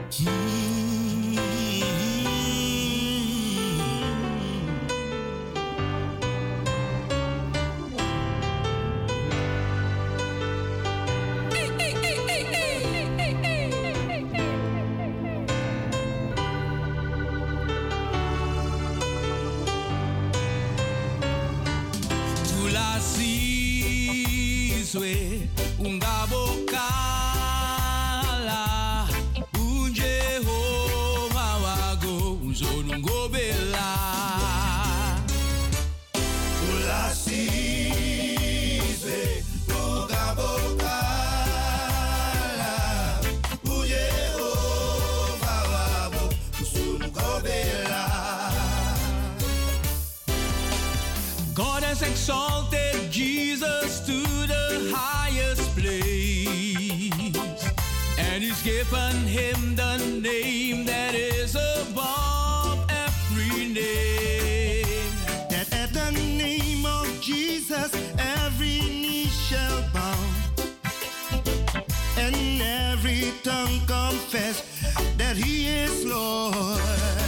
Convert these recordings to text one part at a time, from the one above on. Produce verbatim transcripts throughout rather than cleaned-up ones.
God has exalted Jesus to the highest place, and He's given Him the name that is above every name. That at the name of Jesus every knee shall bow, and every tongue confess that He is Lord.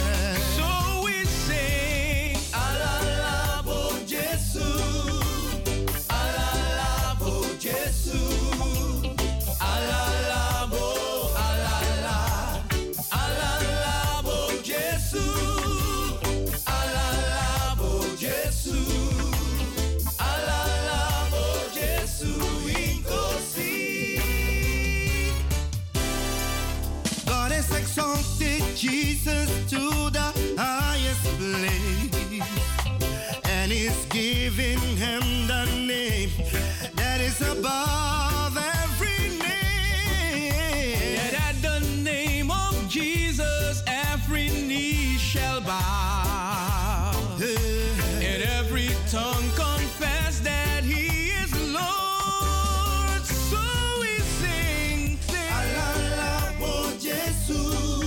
Jesus to the highest place, and He's giving Him the name that is above every name. That at the name of Jesus every knee shall bow, and every tongue confess that He is Lord. So we sing, sing. Alabo Jesus.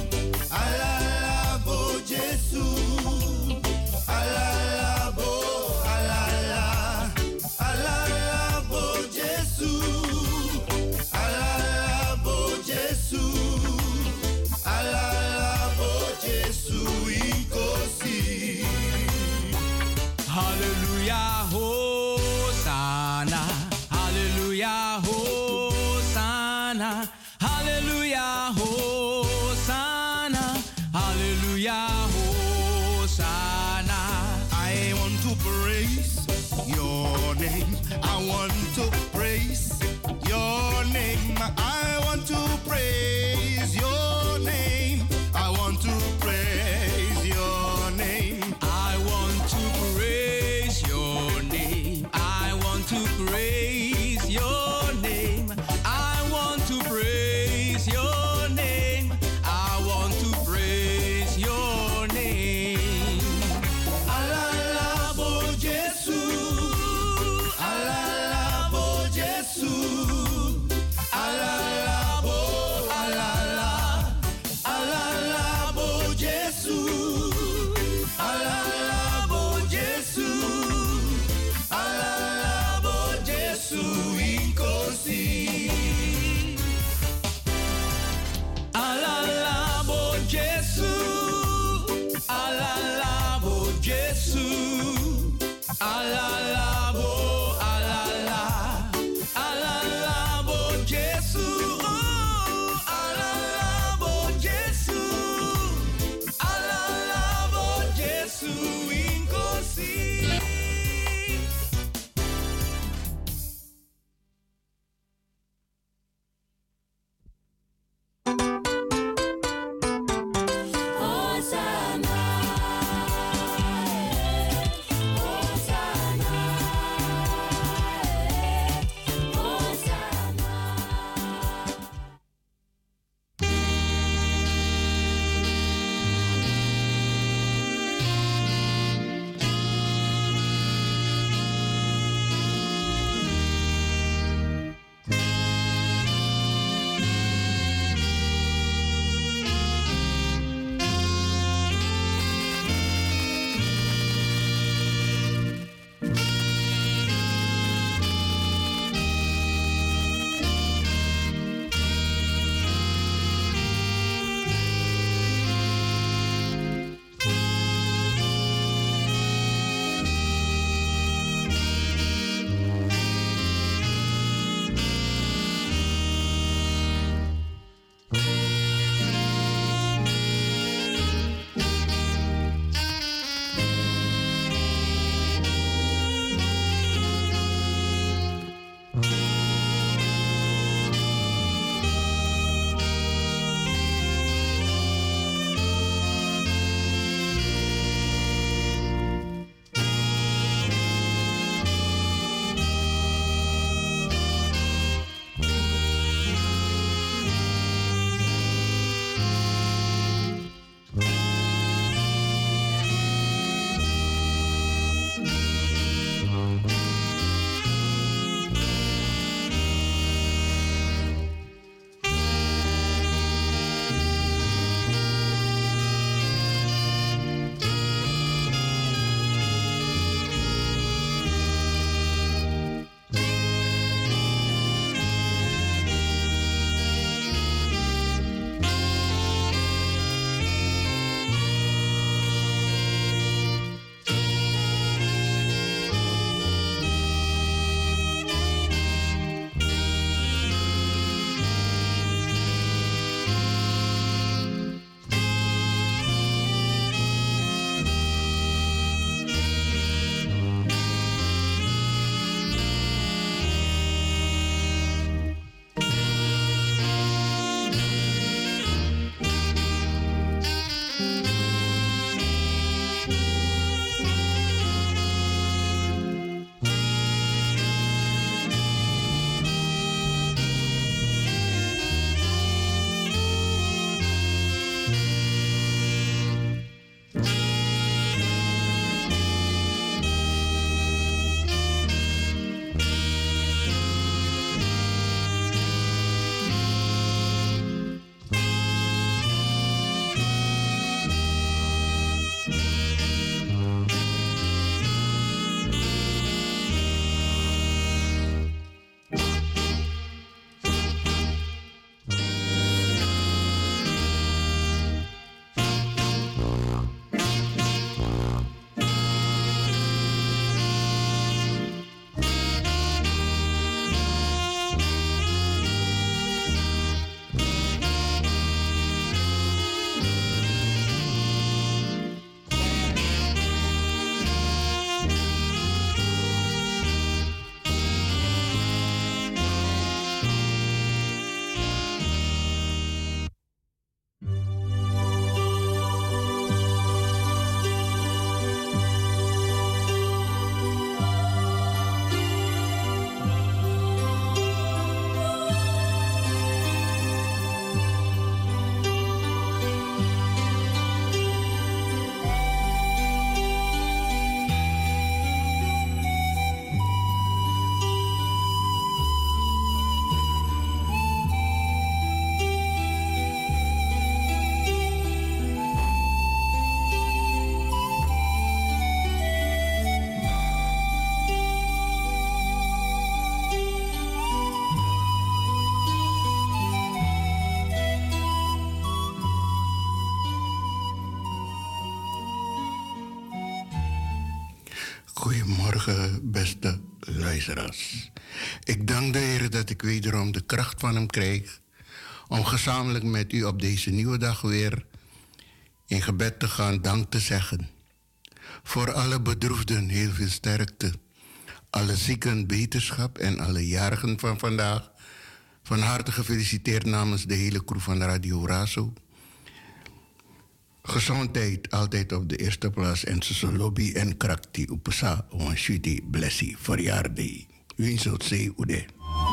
Hallelujah, Hosanna, Hallelujah, Hosanna, Hallelujah, Hosanna, Hallelujah, Hosanna. I want to praise Your name. I want to praise Your name. I want to praise Your name. I want to praise Your name. I want to praise Your name. I want to praise Your name. I want to praise Your name. I want to praise Your name. Alalabo Jesus. Alalabo Jesus. Alalabo, Goedemorgen, beste luisteraars. Ik dank de Heer dat ik wederom de kracht van hem krijg om gezamenlijk met u op deze nieuwe dag weer in gebed te gaan, dank te zeggen. Voor alle bedroefden heel veel sterkte, alle zieken beterschap en alle jarigen van vandaag. Van harte gefeliciteerd namens de hele crew van Radio Razo. Gezondheid altijd op de eerste plaats en ze lobby en krakti upasa on shuti blessie verjaardag. Wie zult ze ude?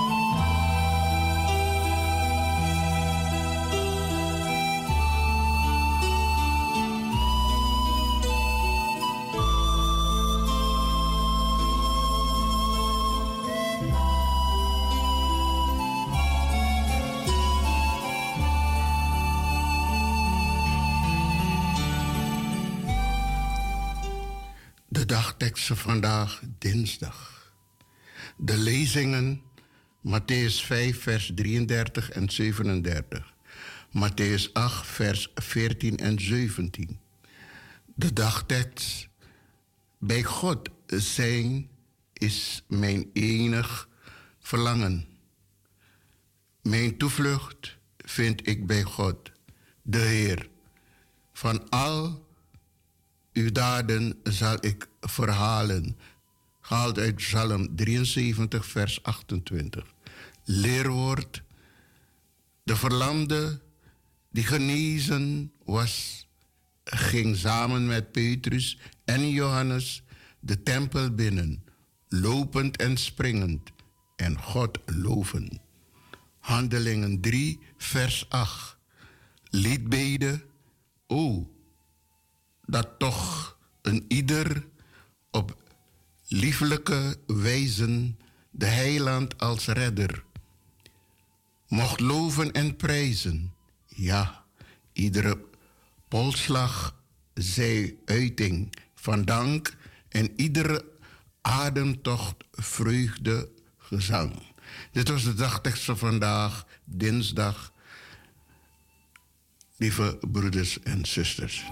De dagteksten vandaag, dinsdag. De lezingen, Mattheüs vijf, vers drieëndertig en zevenendertig. Mattheüs acht, vers veertien en zeventien. De dagtekst, bij God zijn is mijn enig verlangen. Mijn toevlucht vind ik bij God, de Heer. Van al uw daden zal ik verhalen. Gehaald uit Psalm drieënzeventig, vers achtentwintig. Leerwoord. De verlamde die genezen was, ging samen met Petrus en Johannes de tempel binnen, lopend en springend, en God loven. Handelingen drie, vers acht. Liedbede. O, dat toch een ieder op lieflijke wijze de heiland als redder mocht loven en prijzen. Ja, iedere polsslag zij uiting van dank en iedere ademtocht vreugde gezang. Dit was de dagtekst van vandaag, dinsdag, lieve broeders en zusters.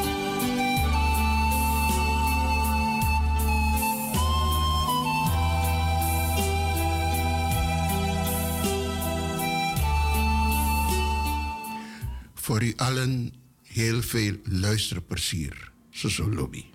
Voor u allen heel veel luisterplezier. Zo lobby.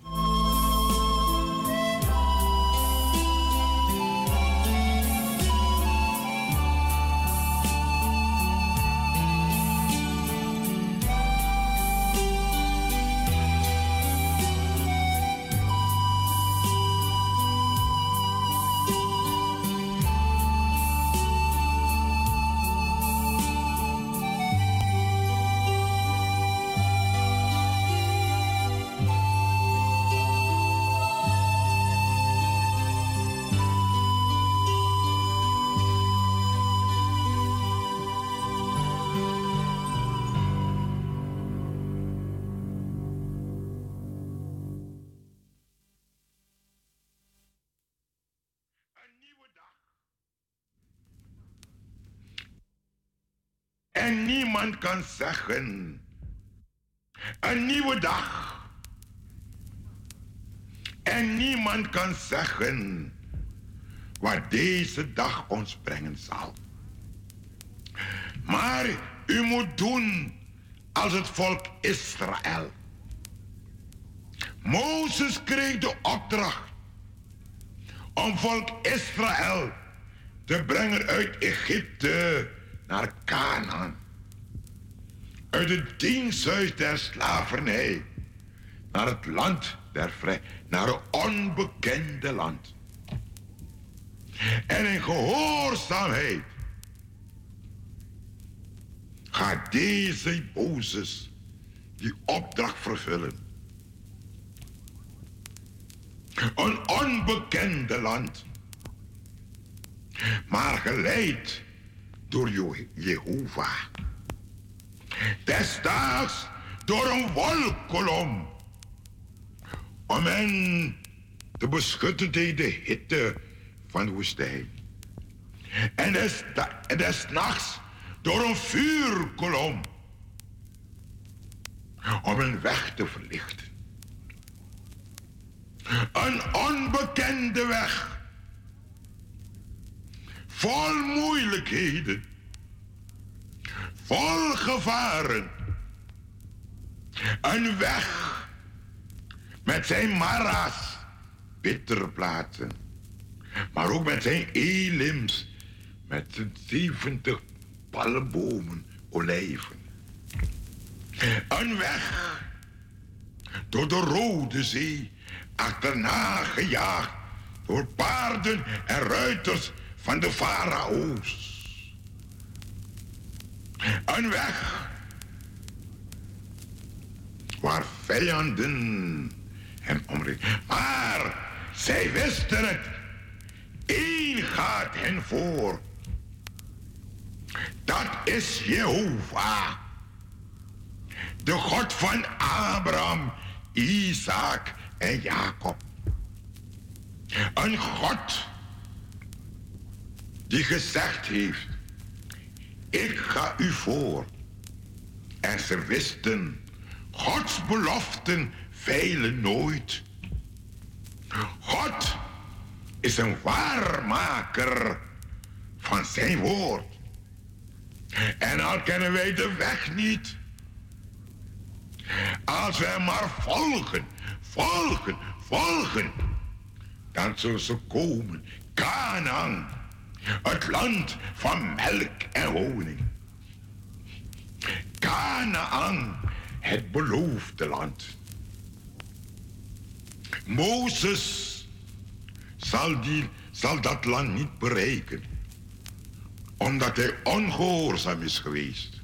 En niemand kan zeggen, een nieuwe dag. En niemand kan zeggen wat deze dag ons brengen zal. Maar u moet doen als het volk Israël. Mozes kreeg de opdracht om volk Israël te brengen uit Egypte naar Kanaan. Uit het diensthuis der slavernij naar het land der vrij, naar het onbekende land. En in gehoorzaamheid gaat deze Mozes die opdracht vervullen. Een onbekende land, maar geleid door Jehovah. Desdaags door een wolkolom, om hen te beschutten tegen de hitte van de woestijn. En des, en des nachts door een vuurkolom, om hun weg te verlichten. Een onbekende weg. Vol moeilijkheden. Vol gevaren. Een weg met zijn mara's, bitterplaten. Maar ook met zijn elims, met zijn zeventig palmbomen, olijven. Een weg door de Rode Zee, achterna gejaagd door paarden en ruiters van de farao's. Een weg waar vijanden hem omringen. Maar zij wisten het. Eén gaat hen voor. Dat is Jehovah. De God van Abraham, Isaac en Jacob. Een God die gezegd heeft: ik ga u voor. En ze wisten, Gods beloften veilen nooit. God is een waarmaker van zijn woord. En al kennen wij de weg niet, als wij maar volgen, volgen, volgen, dan zullen ze komen. Kanaan, het land van melk en honing. Kanaan, het beloofde land. Mozes zal, die, zal dat land niet bereiken, omdat hij ongehoorzaam is geweest.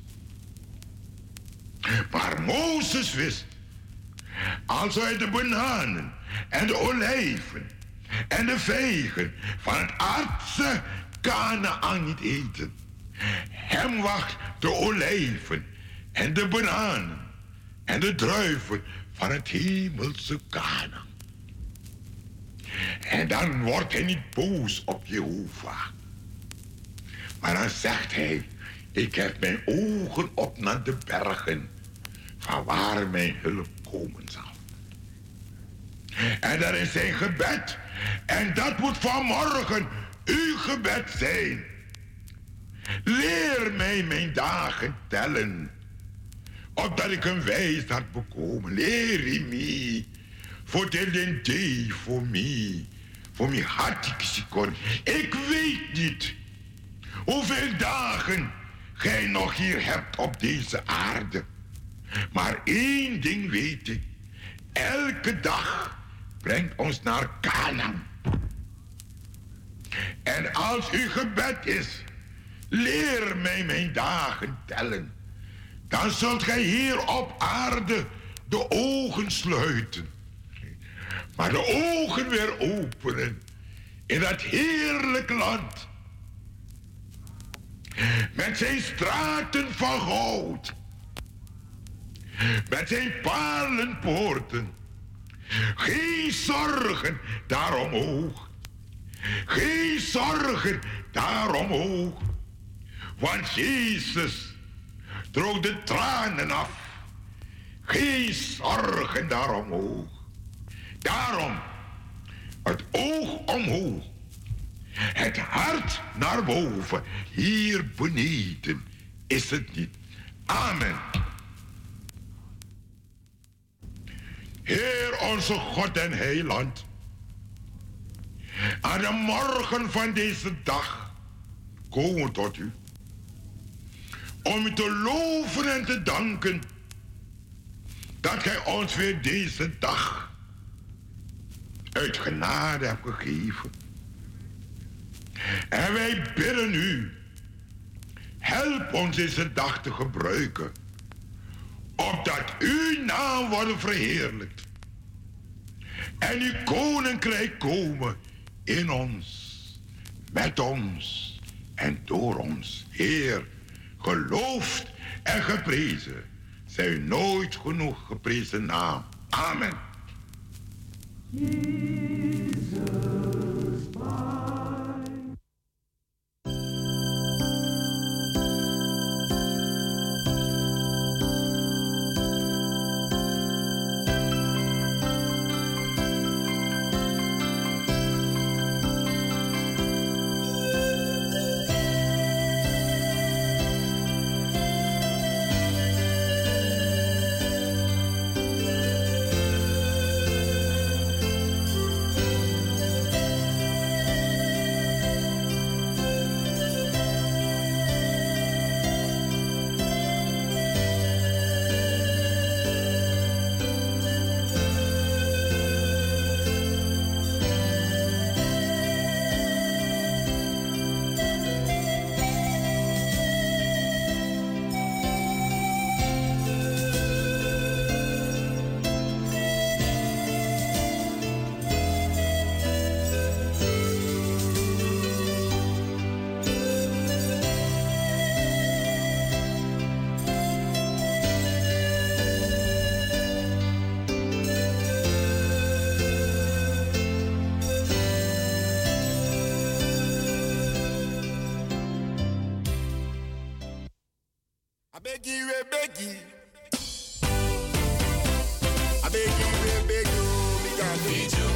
Maar Mozes wist, als hij de bananen en de olijven en de vijgen van het aardse Kanaan niet eten, hem wacht de olijven en de bananen en de druiven van het hemelse Kanaan. En dan wordt hij niet boos op Jehovah. Maar dan zegt hij: ik heb mijn ogen op naar de bergen, van waar mijn hulp komen zal. En dat is zijn gebed. En dat moet vanmorgen uw gebed zijn. Leer mij mijn dagen tellen, opdat ik een wijsheid bekomen. Leer me, voor de day voor mij, voor mij had ik ze kon. Ik weet niet hoeveel dagen gij nog hier hebt op deze aarde. Maar één ding weet ik: elke dag brengt ons naar Kanaan. En als uw gebed is: leer mij mijn dagen tellen, dan zult gij hier op aarde de ogen sluiten, maar de ogen weer openen in dat heerlijk land, met zijn straten van goud, met zijn palenpoorten. Geen zorgen daar omhoog, geen zorgen daar omhoog, want Jezus droog de tranen af. Geen zorgen daar omhoog. Daarom het oog omhoog, het hart naar boven. Hier beneden is het niet. Amen. Heer onze God en Heiland, aan de morgen van deze dag komen we tot u, om u te loven en te danken dat gij ons weer deze dag uit genade hebt gegeven. En wij bidden u, help ons deze dag te gebruiken, opdat uw naam wordt verheerlijkt en uw koninkrijk komen in ons, met ons en door ons. Heer, geloofd en geprezen zij uw nooit genoeg geprezen naam. Amen. beg I beg you, I beg you, me God feed you.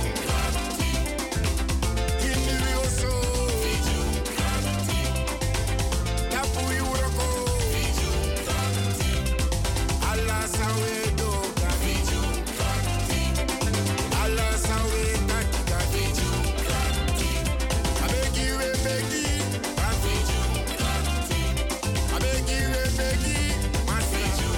In the real soul. Feed you, that for you work on. Feed you, Allah sawe do. Feed you, Allah sawe takika. Feed you, I beg you, I beg you, I feed you. I beg you, I beg you, my feed you.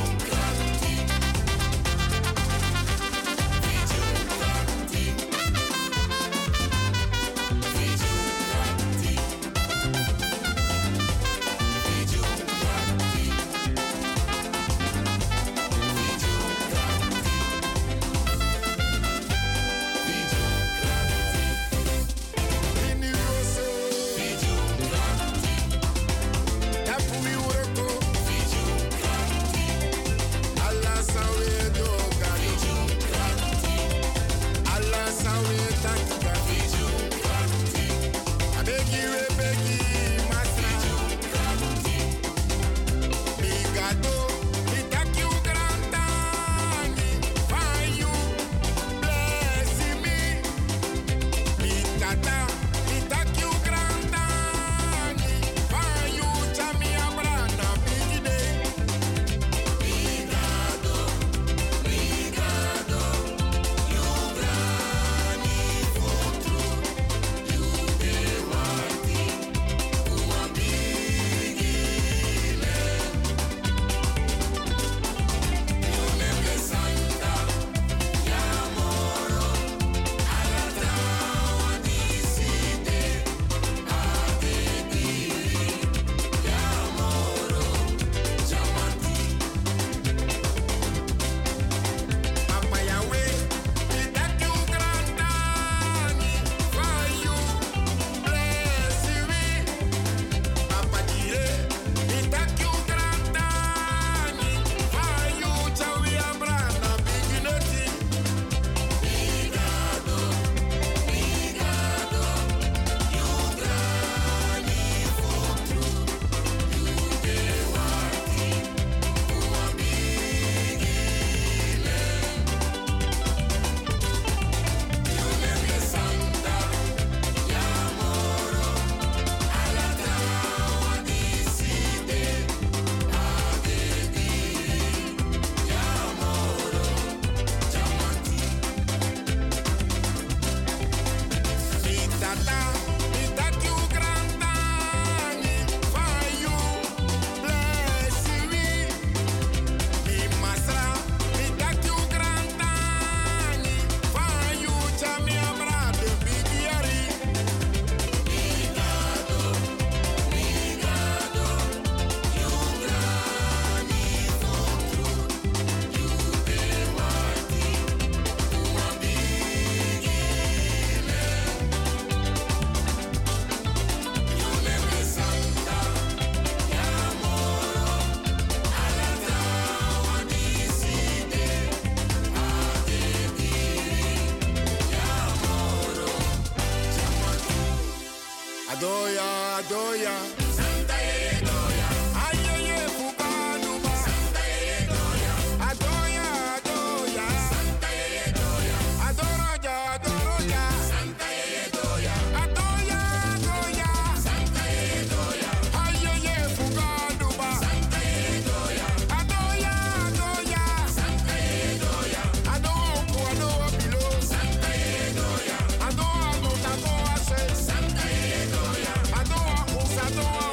Adoya, Adoya. Santa Edoya. Ayeye Fukanuba. Santa Edoya. Adoya, Adoya. Santa Edoya. Adoroja, Adoroja. Santa Edoya. Adoya, Adoya. Santa Edoya. Ayeye Fukanuba. Santa Edoya. Adoya, Adoya. Santa Edoya. Adoko, Adoa Bilo. Santa Edoya. Adoa, Adoa, Adoa, Santa Edoya. Adore,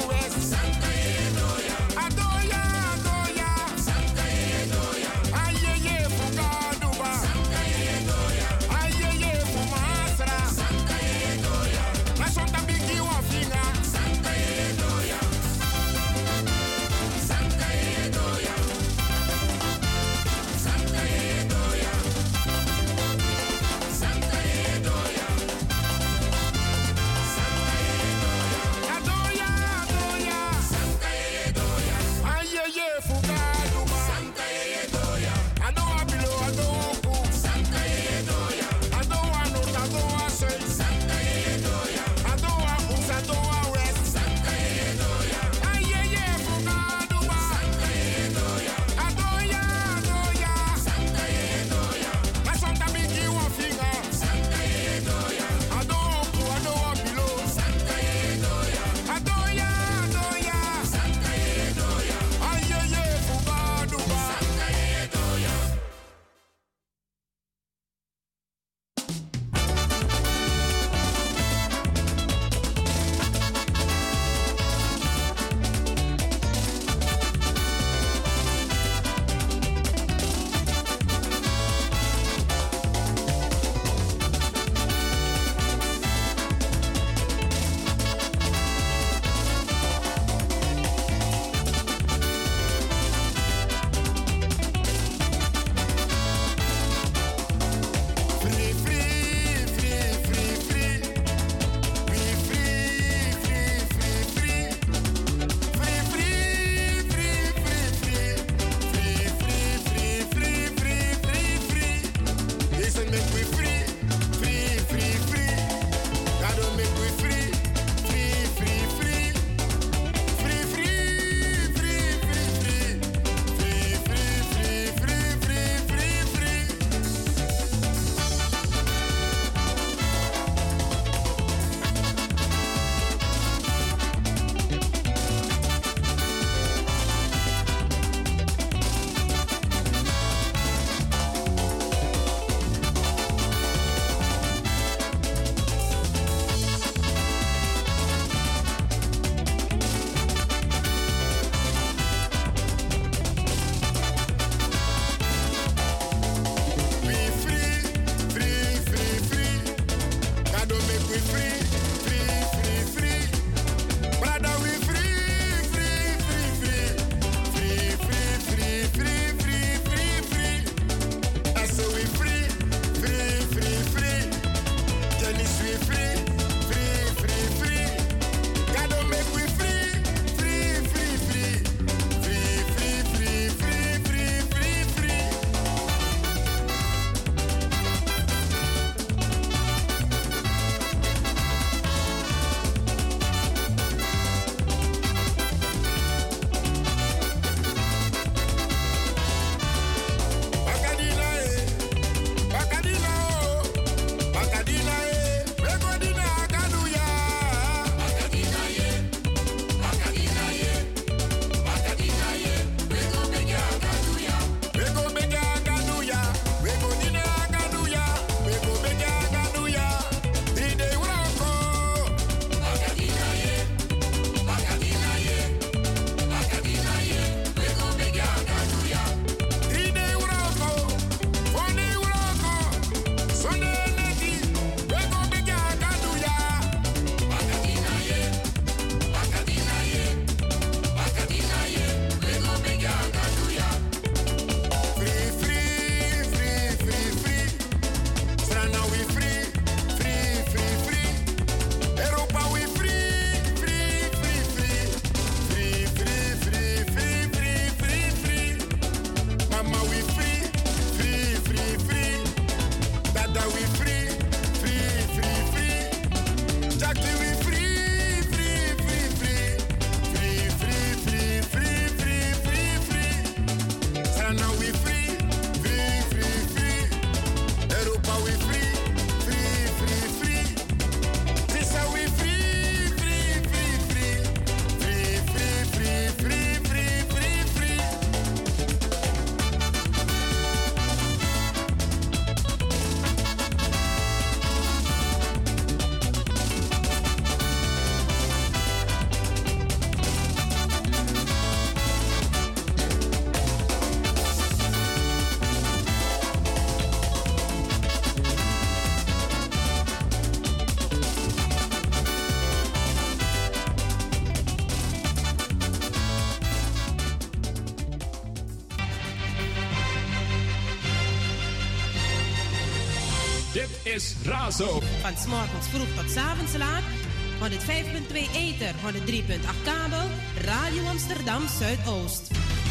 is Razo. Van 's morgens vroeg tot 's avonds laat. honderdvijf komma twee ether, honderddrie komma acht kabel. Radio Amsterdam Zuidoost.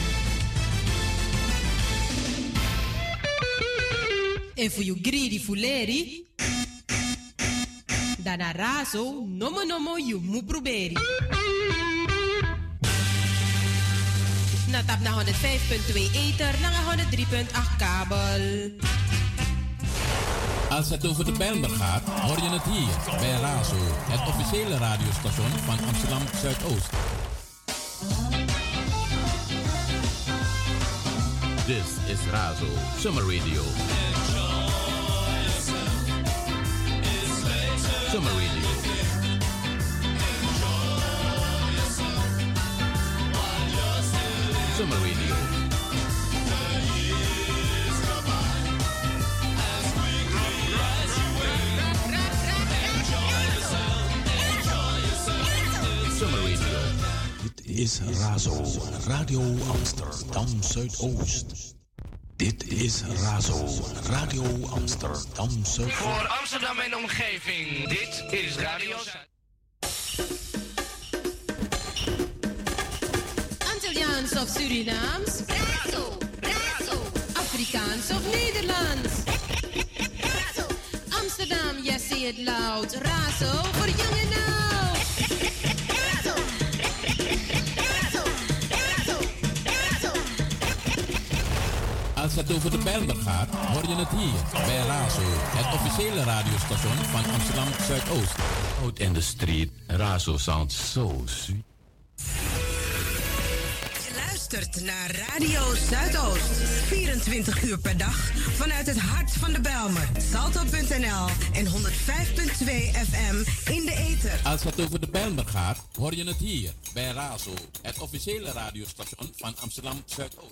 En voor you greedy fuleri. Dana Razo, nomo nomo you mu proberi. Na tap na honderdvijf komma twee ether, na honderddrie komma acht kabel. Als het over de Bijlmer gaat, hoor je het hier bij Razo, het officiële radiostation van Amsterdam Zuidoost. This is Razo Summer Radio. Summer Radio. Summer Radio. Summer Radio. Dit is Razo, Radio Amsterdam Zuidoost. Dit is Razo, Radio Amsterdam Zuidoost. Voor Amsterdam en omgeving, dit is Radio Zuid. Antilliaans of Surinaams? Razo, Razo. Afrikaans of Nederlands? Razo. Amsterdam, yes, say it loud. Razo, voor jong en oud. Razo. Razo. Razo. Razo. Als het over de Bijlmer gaat, hoor je het hier bij Razo, het officiële radiostation van Amsterdam Zuidoost. Out in the street, Razo sounds so sweet. Naar Radio Zuidoost. vierentwintig uur per dag vanuit het hart van de Bijlmer. Salto punt n l en honderdvijf komma twee F M in de ether. Als het over de Bijlmer gaat, hoor je het hier bij Razo, het officiële radiostation van Amsterdam Zuidoost.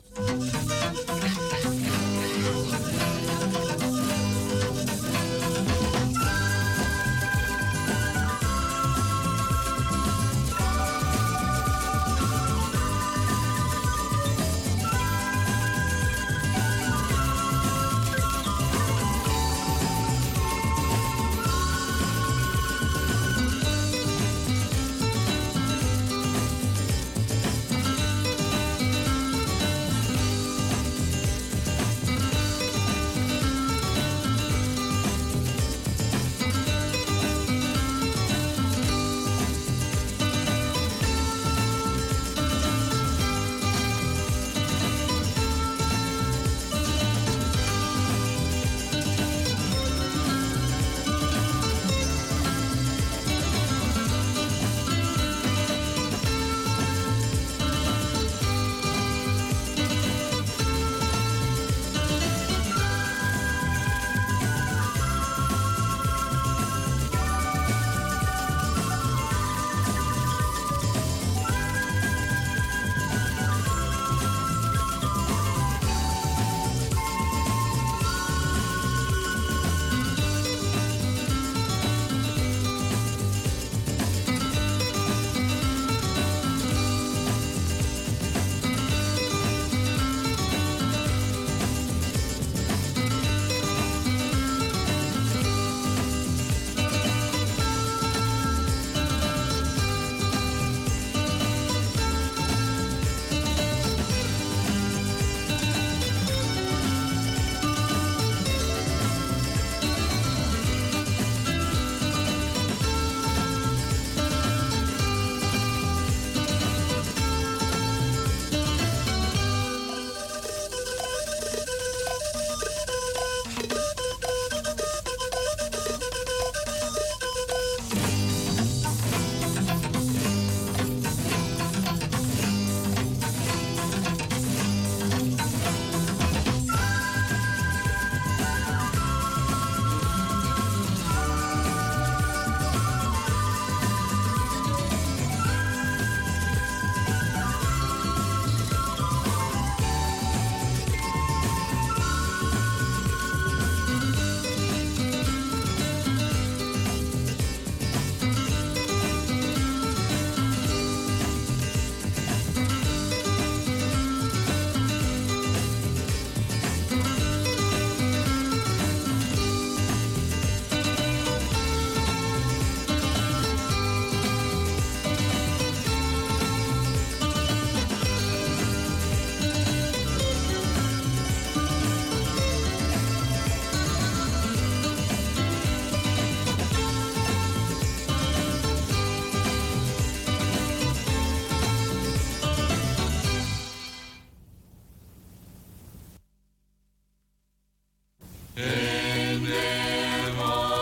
and them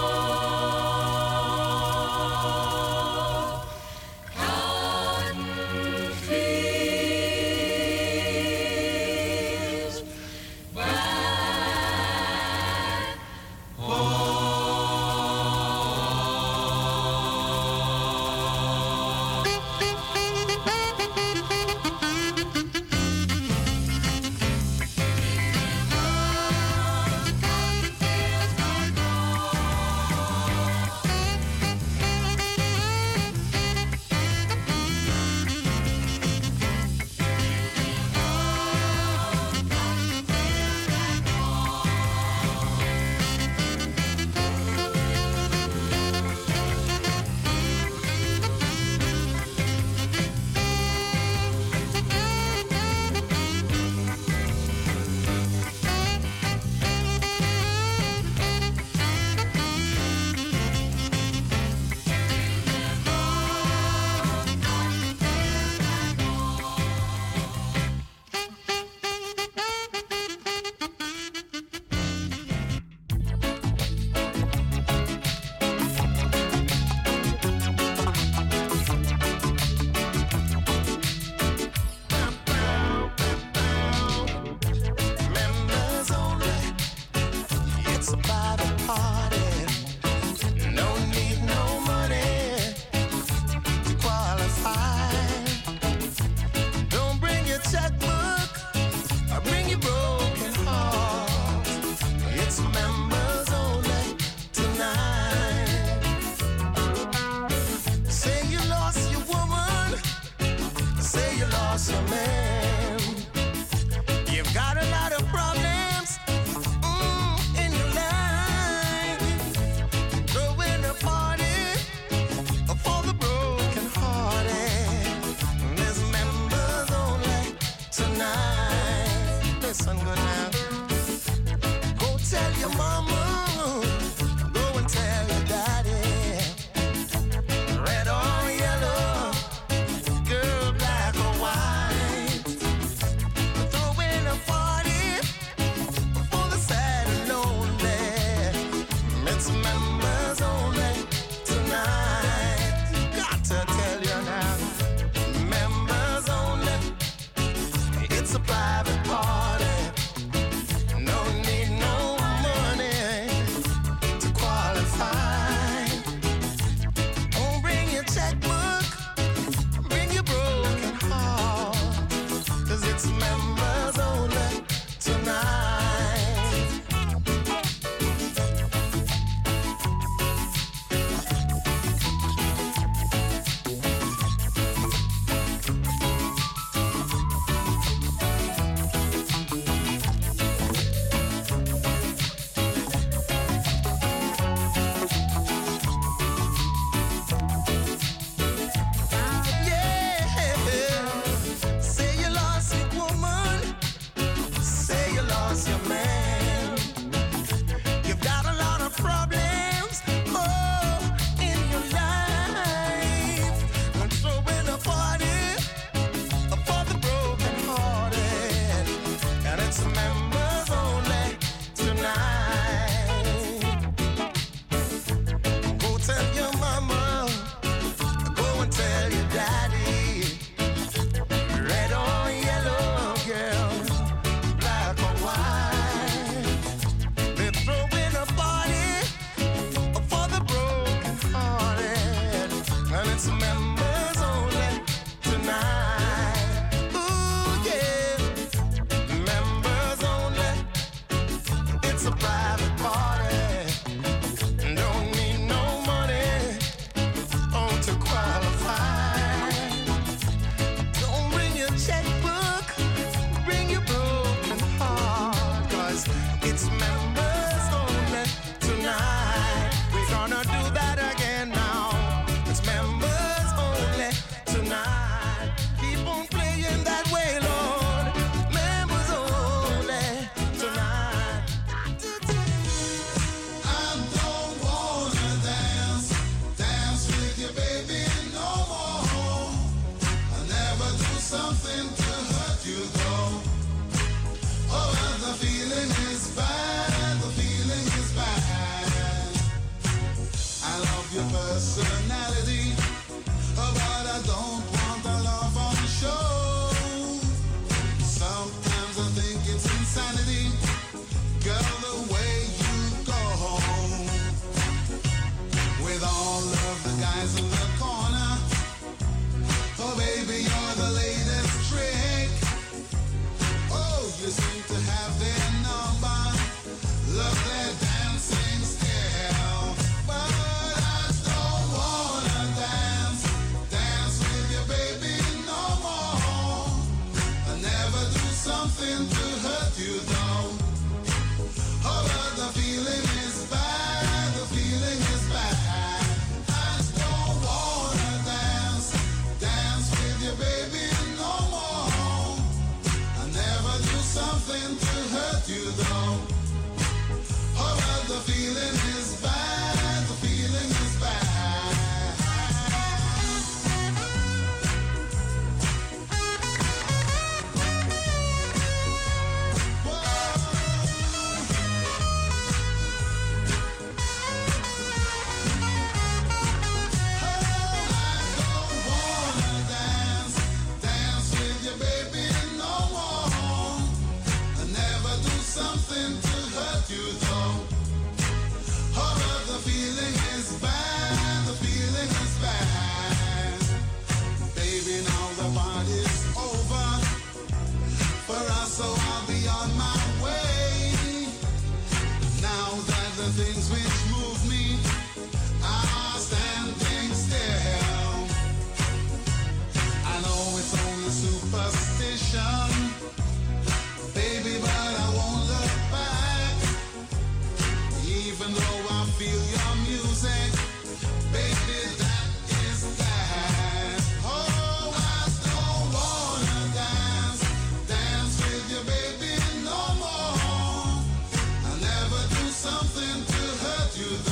all. Cotton fields back home. It's a private party. insanity. Girl, the way you go with all of the guys in the corner. Oh, baby, you're the latest trick. Oh, you seem to have their number. Love their dancing style. But I don't wanna dance, dance with you, baby, no more. I never do something to hurt you, though. Oh, but the feeling is bad, the feeling is bad. I don't wanna dance, dance with you, baby, no more. I never do something to hurt you, though. Oh, but the feeling is bad, the feeling is bad. Something to hurt you, though. Oh, but the feeling is bad, the feeling is bad. Baby, now the party's over for us, so I'll be on my way. Now that the things which move me are standing still. I know it's only superstition, baby, but I won't look back. Even though I feel your music, baby, that is that. Oh, I don't wanna dance, dance with you, baby, no more. I never do something to hurt you,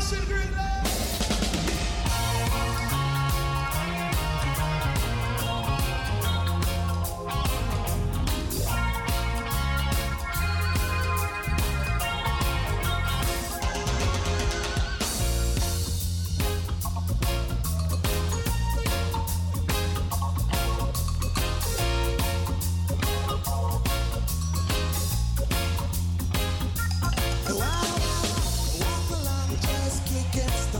Walk along, just kick it.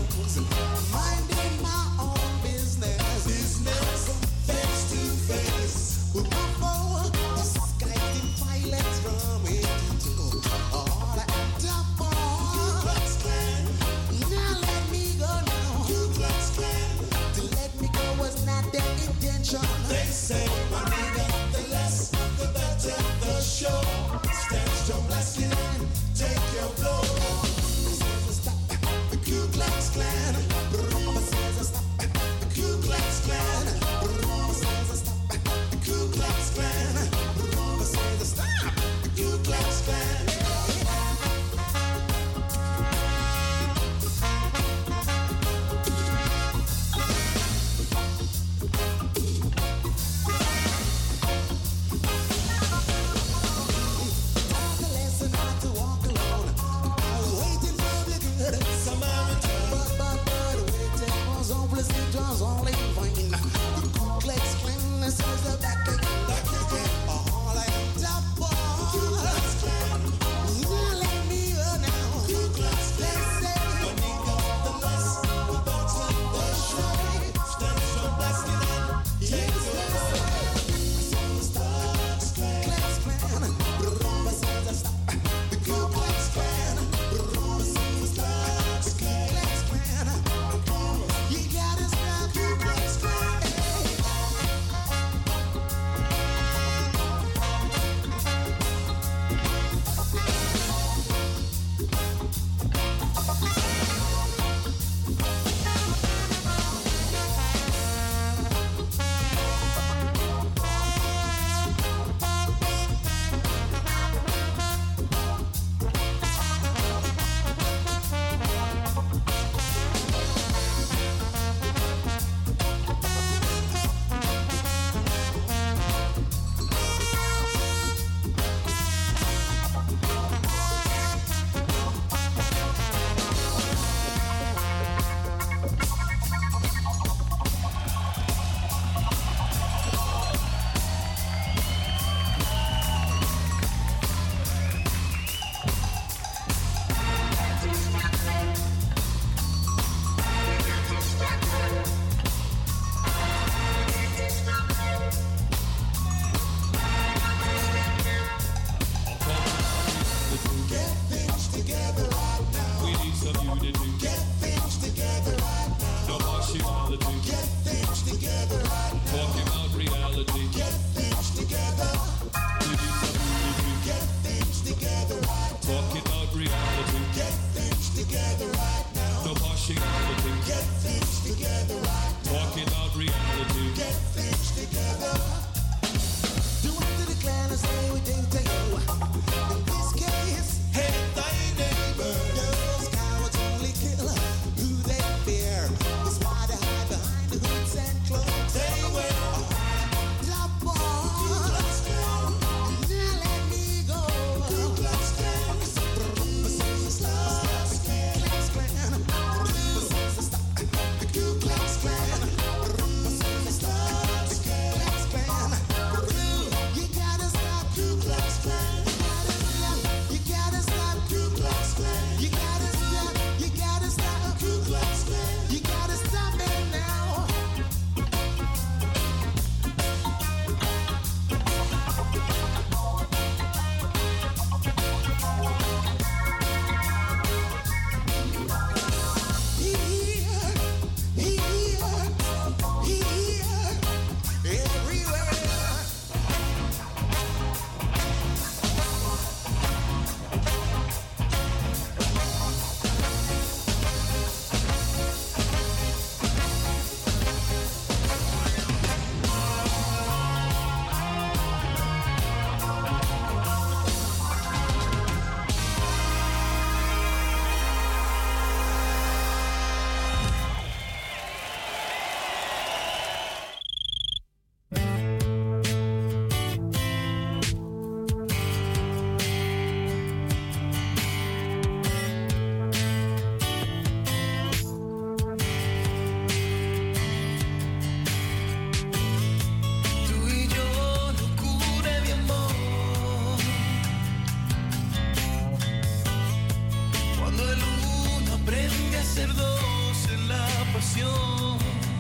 ser dos en la pasión,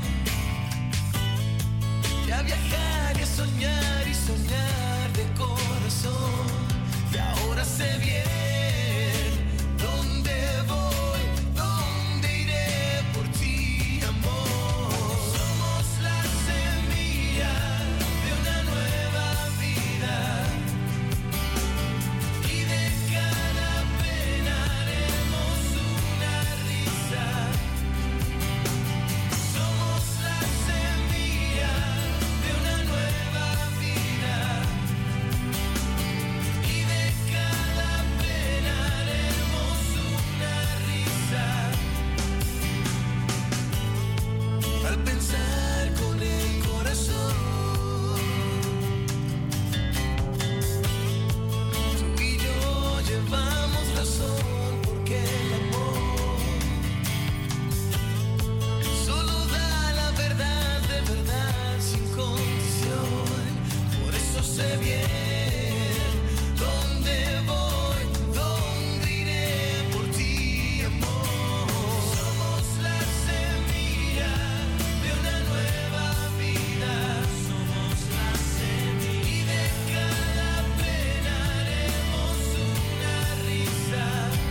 y a viajar y a soñar y soñar de corazón. Y ahora sé bien dónde voy, dónde iré por ti, amor. Somos la semilla de una nueva vida, y de cada pena haremos una risa. Somos la semilla de una nueva vida, y de cada pena haremos una risa. Al pensar con el corazón, tú y yo llevamos razón, porque el amor solo da la verdad de verdad sin condición. Por eso sé bien dónde voy, dónde iré por ti, amor. Somos la semilla de una nueva vida. Somos la semilla, y de cada pena haremos una risa.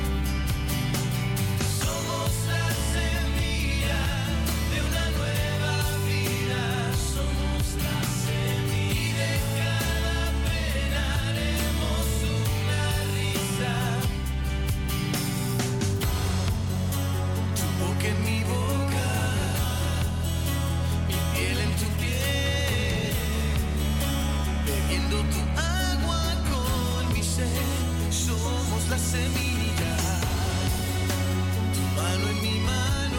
Somos la semilla de una nueva vida. Somos la semilla, y de cada pena haremos una risa. Tu boca en mi boca, mi piel en tu piel, bebiendo tu agua con mi sed. Somos la semilla, tu mano en mi mano,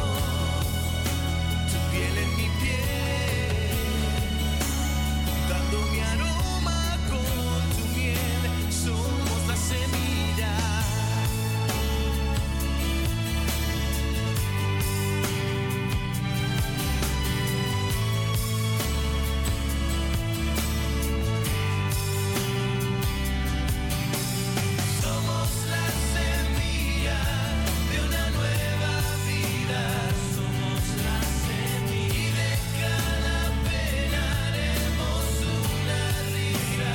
tu piel en mi piel, dando mi aroma con tu miel. Somos la semilla. Somos la semilla de una nueva vida. Somos la semilla, y de cada pena haremos una risa.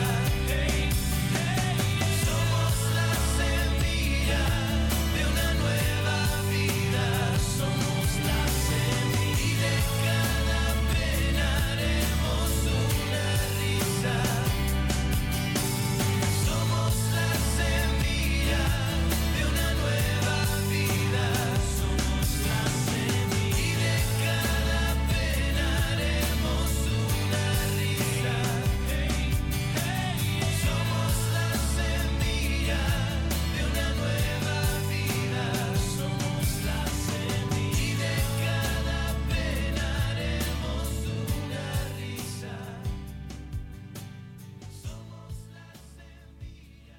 Somos la semilla de una nueva vida. Somos la semilla, y de cada pena haremos una risa. Somos la semilla de una nueva vida. Somos la semilla, y de cada pena haremos una risa. Somos la semilla de una nueva vida. Somos la semilla, y de cada pena haremos una risa. Somos la semilla.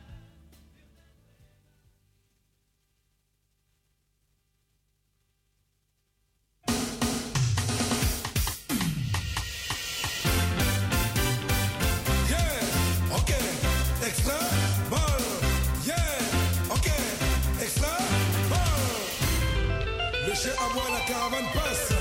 Yeah, okay, extra ball. Yeah, okay, extra ball. Monsieur Aboua la caravane passe.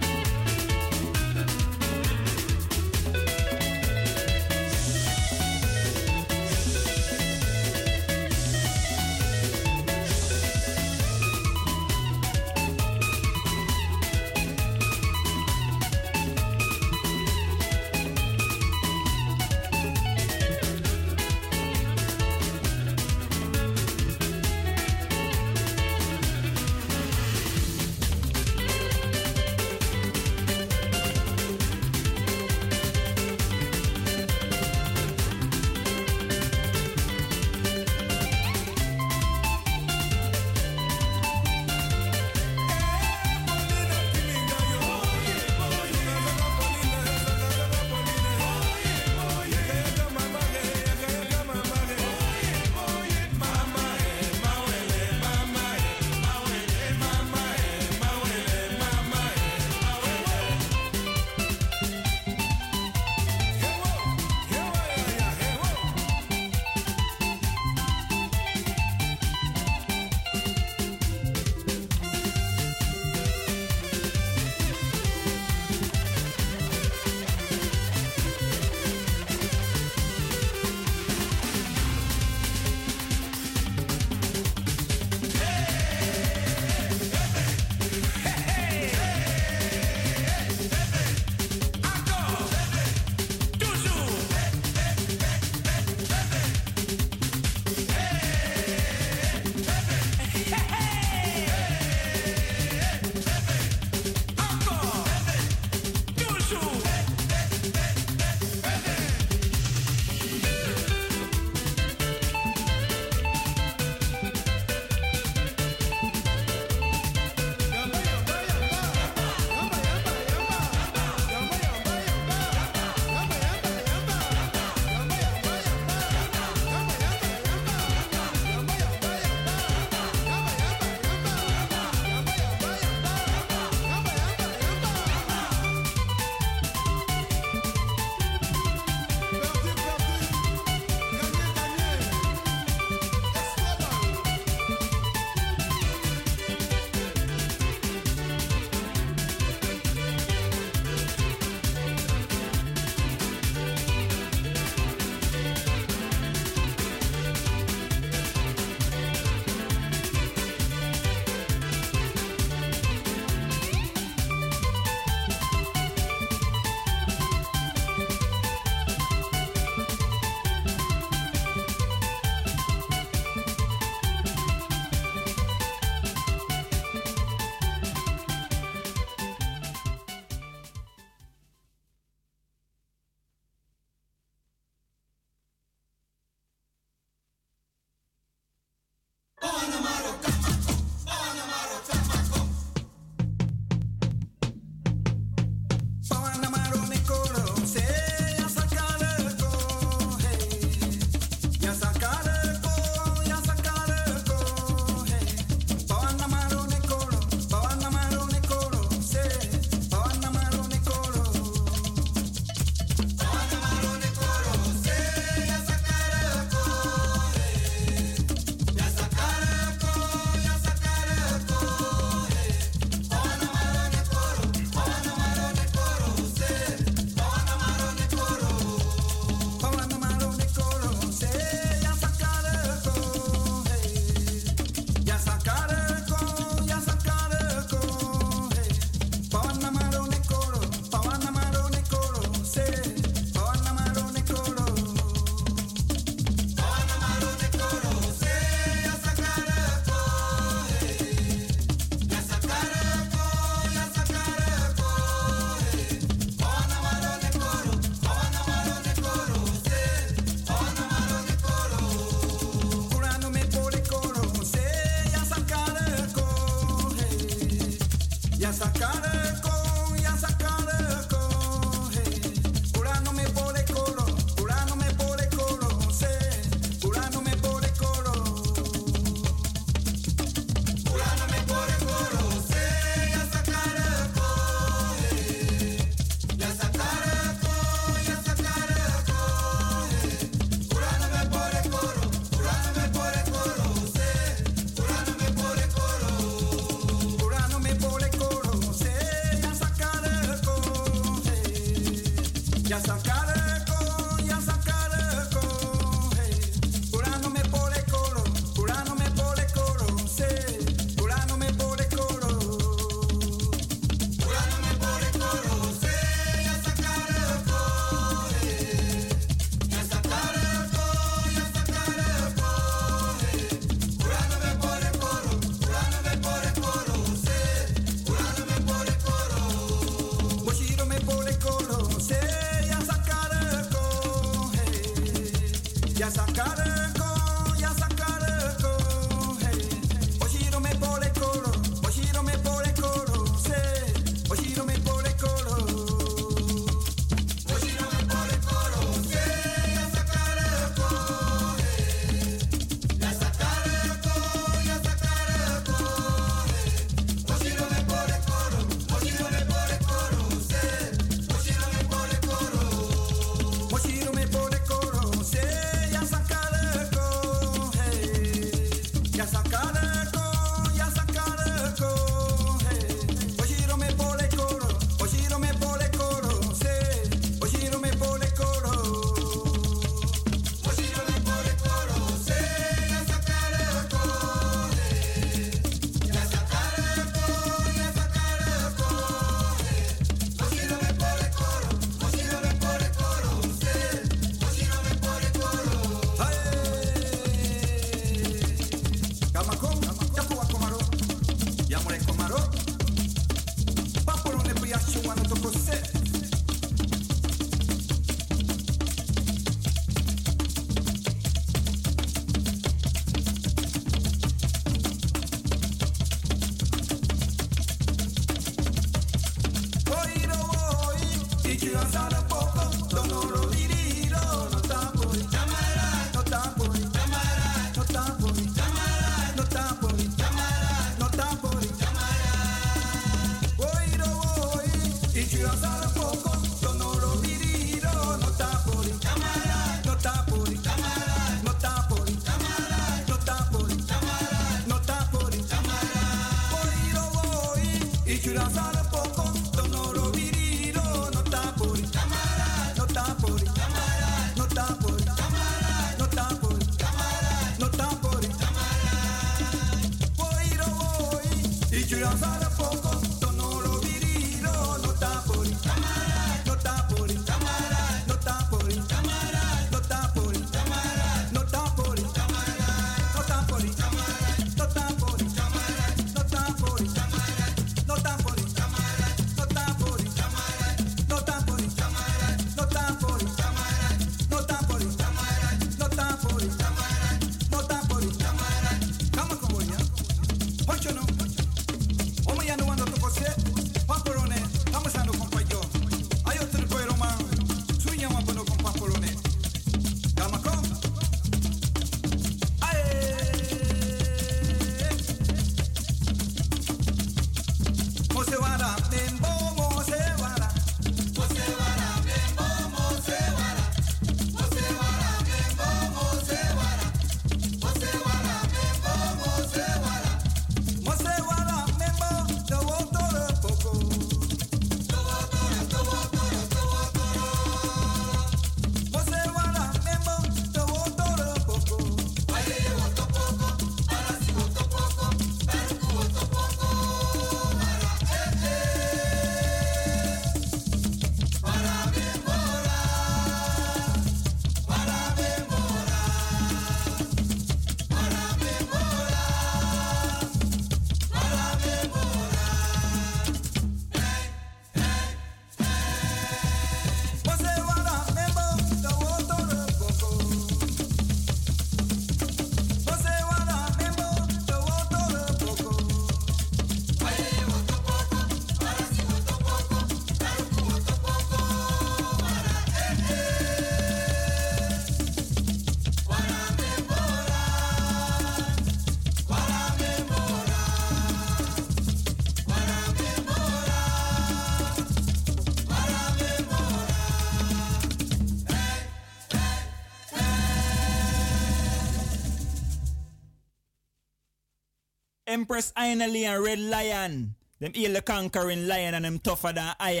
Empress Ainali and Red Lion. Them heal the conquering lion and them tougher than iron.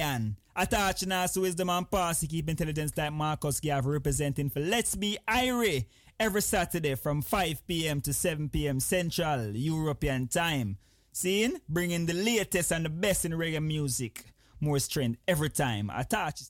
Attach Nasu Wisdom and Posse, keep intelligence like Marcus Gav representing for Let's Be Irie every Saturday from five p.m. to seven p.m. Central European Time. Seeing? Bringing the latest and the best in reggae music. More strength every time. Attach.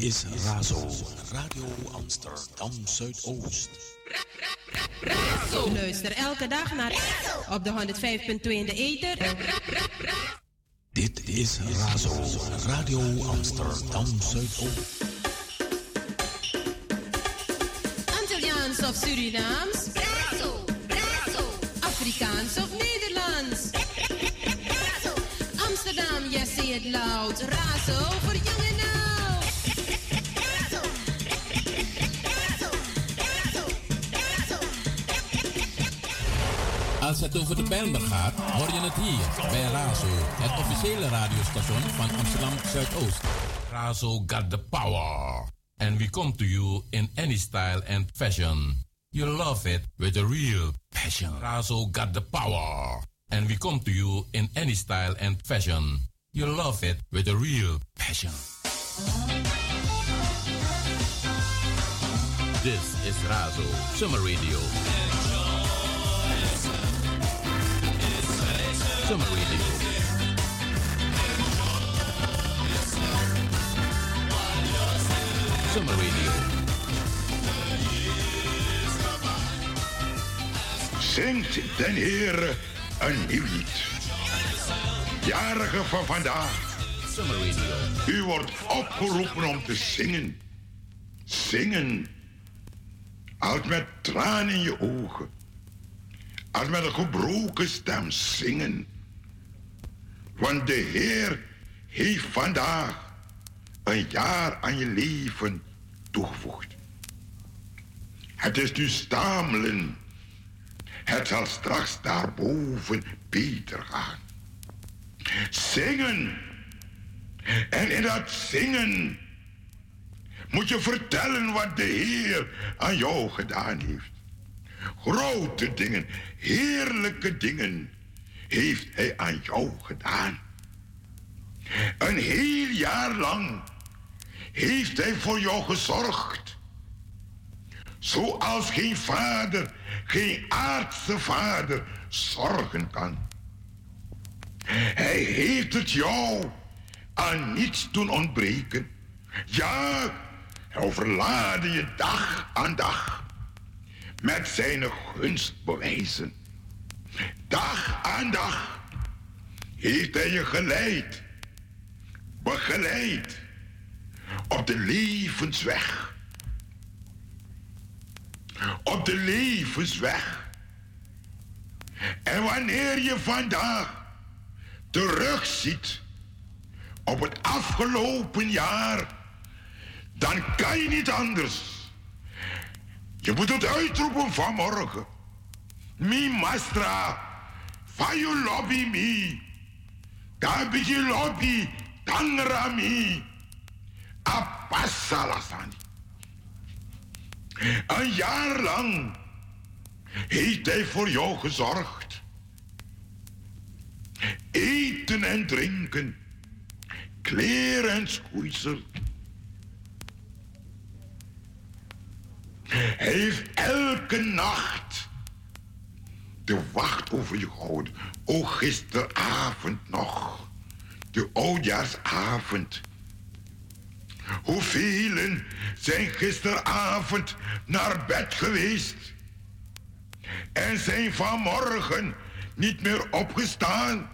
is Razo, Radio Amsterdam Zuidoost. Luister elke dag naar op de honderdvijf punt twee in de ether. Dit is Razo, Radio Amsterdam Zuidoost. Antilliaans of Surinaams? Razo, Razo. Afrikaans of Nederlands? Razo. Amsterdam, yes, say it loud. Razo voor jong en oud. Razo. Razo. Razo. Razo. Als het over de Bijlmer gaat, hoor je het hier bij Razo, het officiële radiostation van Amsterdam Zuidoost. Razo got the power. And we come to you in any style and fashion. You love it with a real passion. Razo got the power. And we come to you in any style and fashion. You love it with a real passion. This is Razo Summer Radio. Summer Radio. Summer Radio. Zingt den Heer een nieuw lied. Jarige van vandaag. Summer Radio. U wordt opgeroepen om te zingen. Zingen. Als met tranen in je ogen. Als met een gebroken stem zingen. Want de Heer heeft vandaag een jaar aan je leven toegevoegd. Het is nu stamelen. Het zal straks daarboven beter gaan. Zingen. En in dat zingen moet je vertellen wat de Heer aan jou gedaan heeft. Grote dingen, heerlijke dingen heeft Hij aan jou gedaan. Een heel jaar lang heeft Hij voor jou gezorgd. Zoals geen vader, geen aardse vader zorgen kan. Hij heeft het jou aan niets doen ontbreken. Ja, hij overlaadde je dag aan dag met zijn gunstbewijzen. Dag aan dag heeft hij je geleid, begeleid op de levensweg. Op de levensweg. En wanneer je vandaag terugziet op het afgelopen jaar, dan kan je niet anders. Je moet het uitroepen vanmorgen. Mi mastra, fayu lobby mi, kabiji lobby, tangra mi, apasalasani. Een jaar lang heeft hij voor jou gezorgd. Eten en drinken, kleren en schoeisel. Hij heeft elke nacht de wacht over je gehouden. O, gisteravond nog, de oudjaarsavond. Hoeveel zijn gisteravond naar bed geweest en zijn vanmorgen niet meer opgestaan.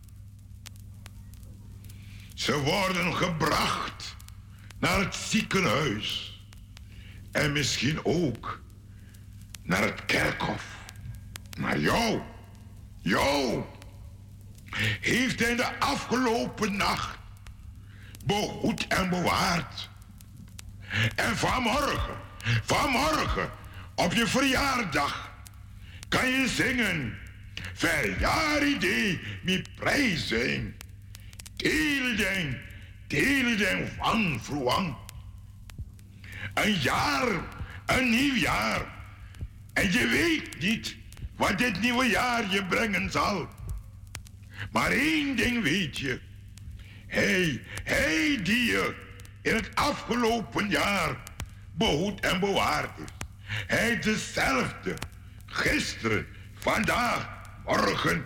Ze worden gebracht naar het ziekenhuis en misschien ook naar het kerkhof. Maar jou, jou, heeft hij de afgelopen nacht behoed en bewaard. En vanmorgen, vanmorgen, op je verjaardag, kan je zingen. Verjaardag, mi prijzen. Deelden, deelden van vroeg. Een jaar, een nieuw jaar. En je weet niet wat dit nieuwe jaar je brengen zal. Maar één ding weet je. Hij, hij die je in het afgelopen jaar behoed en bewaard heeft. Hij is dezelfde. Gisteren, vandaag, morgen.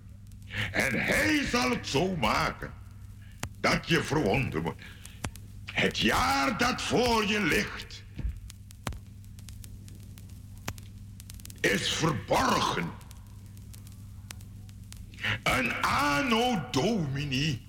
En hij zal het zo maken dat je verwonderd wordt. Het jaar dat voor je ligt is verborgen. Een anno domini.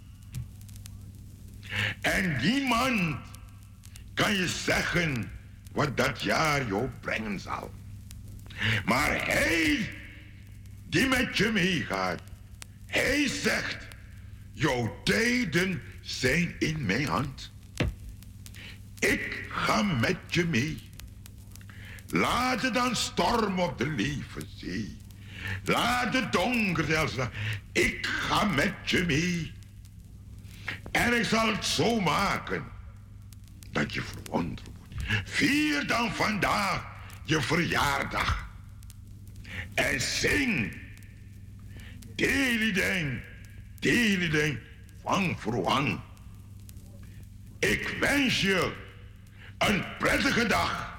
En niemand kan je zeggen wat dat jaar jou brengen zal. Maar hij die met je meegaat, hij zegt, jouw tijden zijn in mijn hand. Ik ga met je mee. Laat het dan storm op de levenszee. Laat het donker zelfs. Ik ga met je mee. En ik zal het zo maken dat je verwonderd wordt. Vier dan vandaag je verjaardag. En zing. Delideng, delideng, wang voor wang. Ik wens je een prettige dag.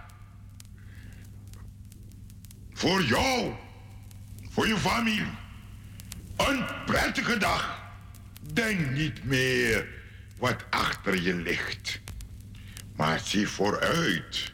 Voor jou, voor je familie. Een prettige dag. Denk niet meer wat achter je ligt. Maar zie vooruit.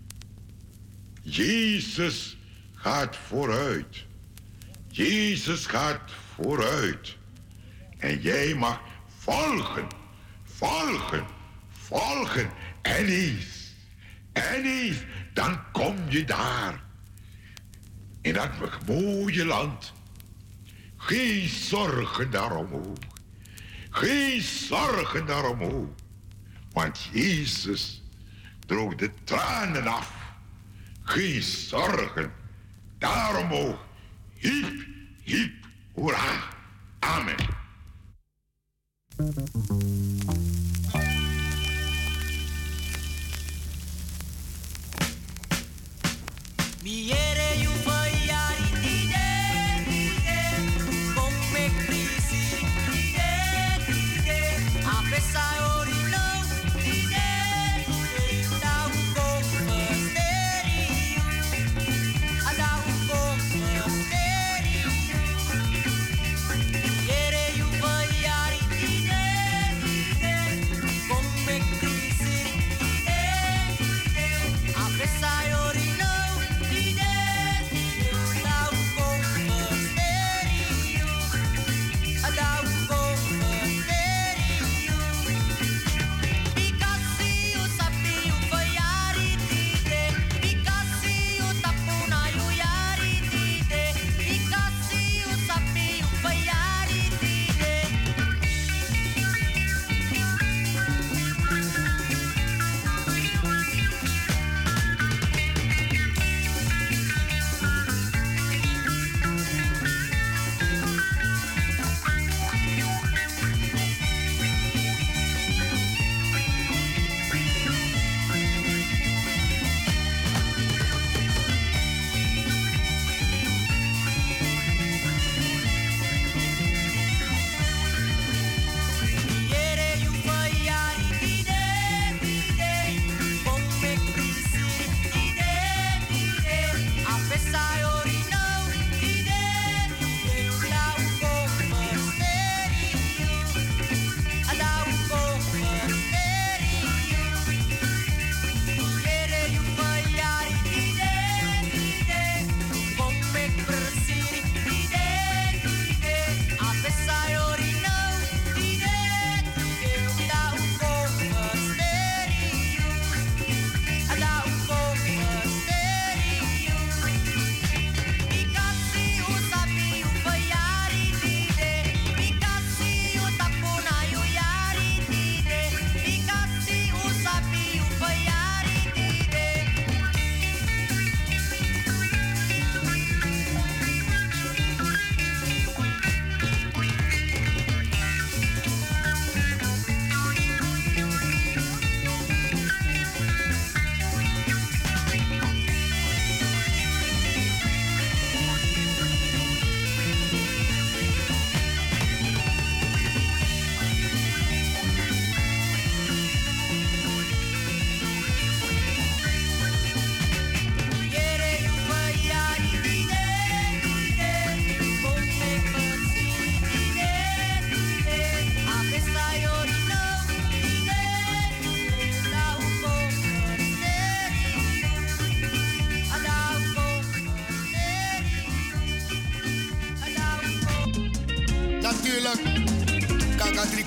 Jezus gaat vooruit. Jezus gaat vooruit. En jij mag volgen, volgen, volgen. En eens, en eens, dan kom je daar. In dat mooie land. Geen zorgen daarom. Geen zorgen daarom. Want Jezus droog de tranen af. Geen zorgen daarom. Hiep, hiep, hoera. Amen. Miere you fire con me crisi a pesar no da un poco serio a da un poco serio Miere you fire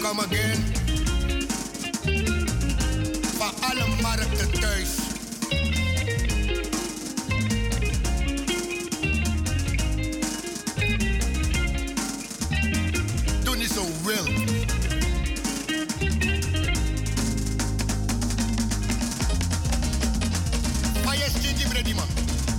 come again. Van alle markten thuis. Doe niet zo wild. Maar je is niet ready, man.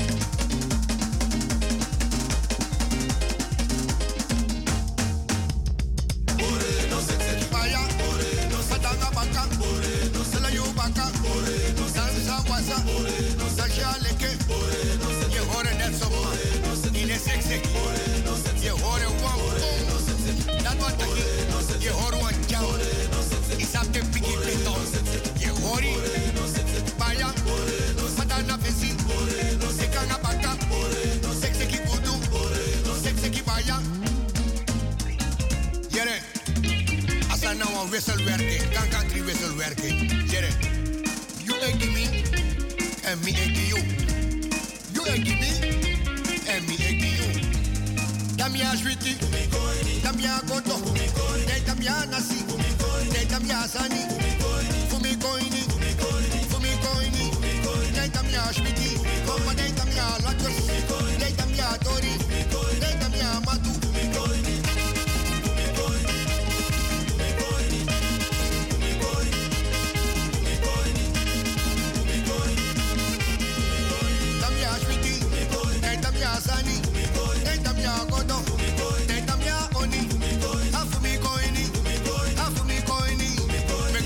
Je hoort het net zo man. In de sexy. Je hoort een wam. Dat wat ik. Je hoort een jam. Is dat de piggy beton. Je hoort het. Baya. Madana visi. Sekanga baka. Sexy ki budu. Sexy ki baya. Jere. Als er nou een wisselwerking. Kan kan drie wisselwerking. Jere. You ain't me. And me and you. You and me, and me and you. Damia sweetie, Damia goto, Damia nasi, Damia sani, Fumi koini, Fumi koini, Damia sweetie, Mama Damia latkos, Damia tori, Damia matu. Sani, Damia godo, Damia oni, Afumi koini, Afumi koini, me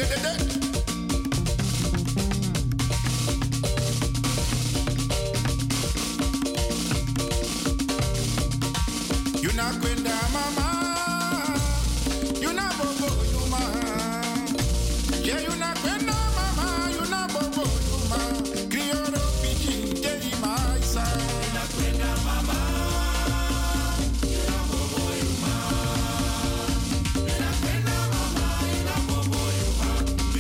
de de de. You na kwenda mama, you na bobo you ma. Yeah, you na kwenda mama, you na bobo you ma. Crioro pichi teri maisa. You na kwenda mama, you na bobo you ma. You na kwenda mama, you na bobo you ma.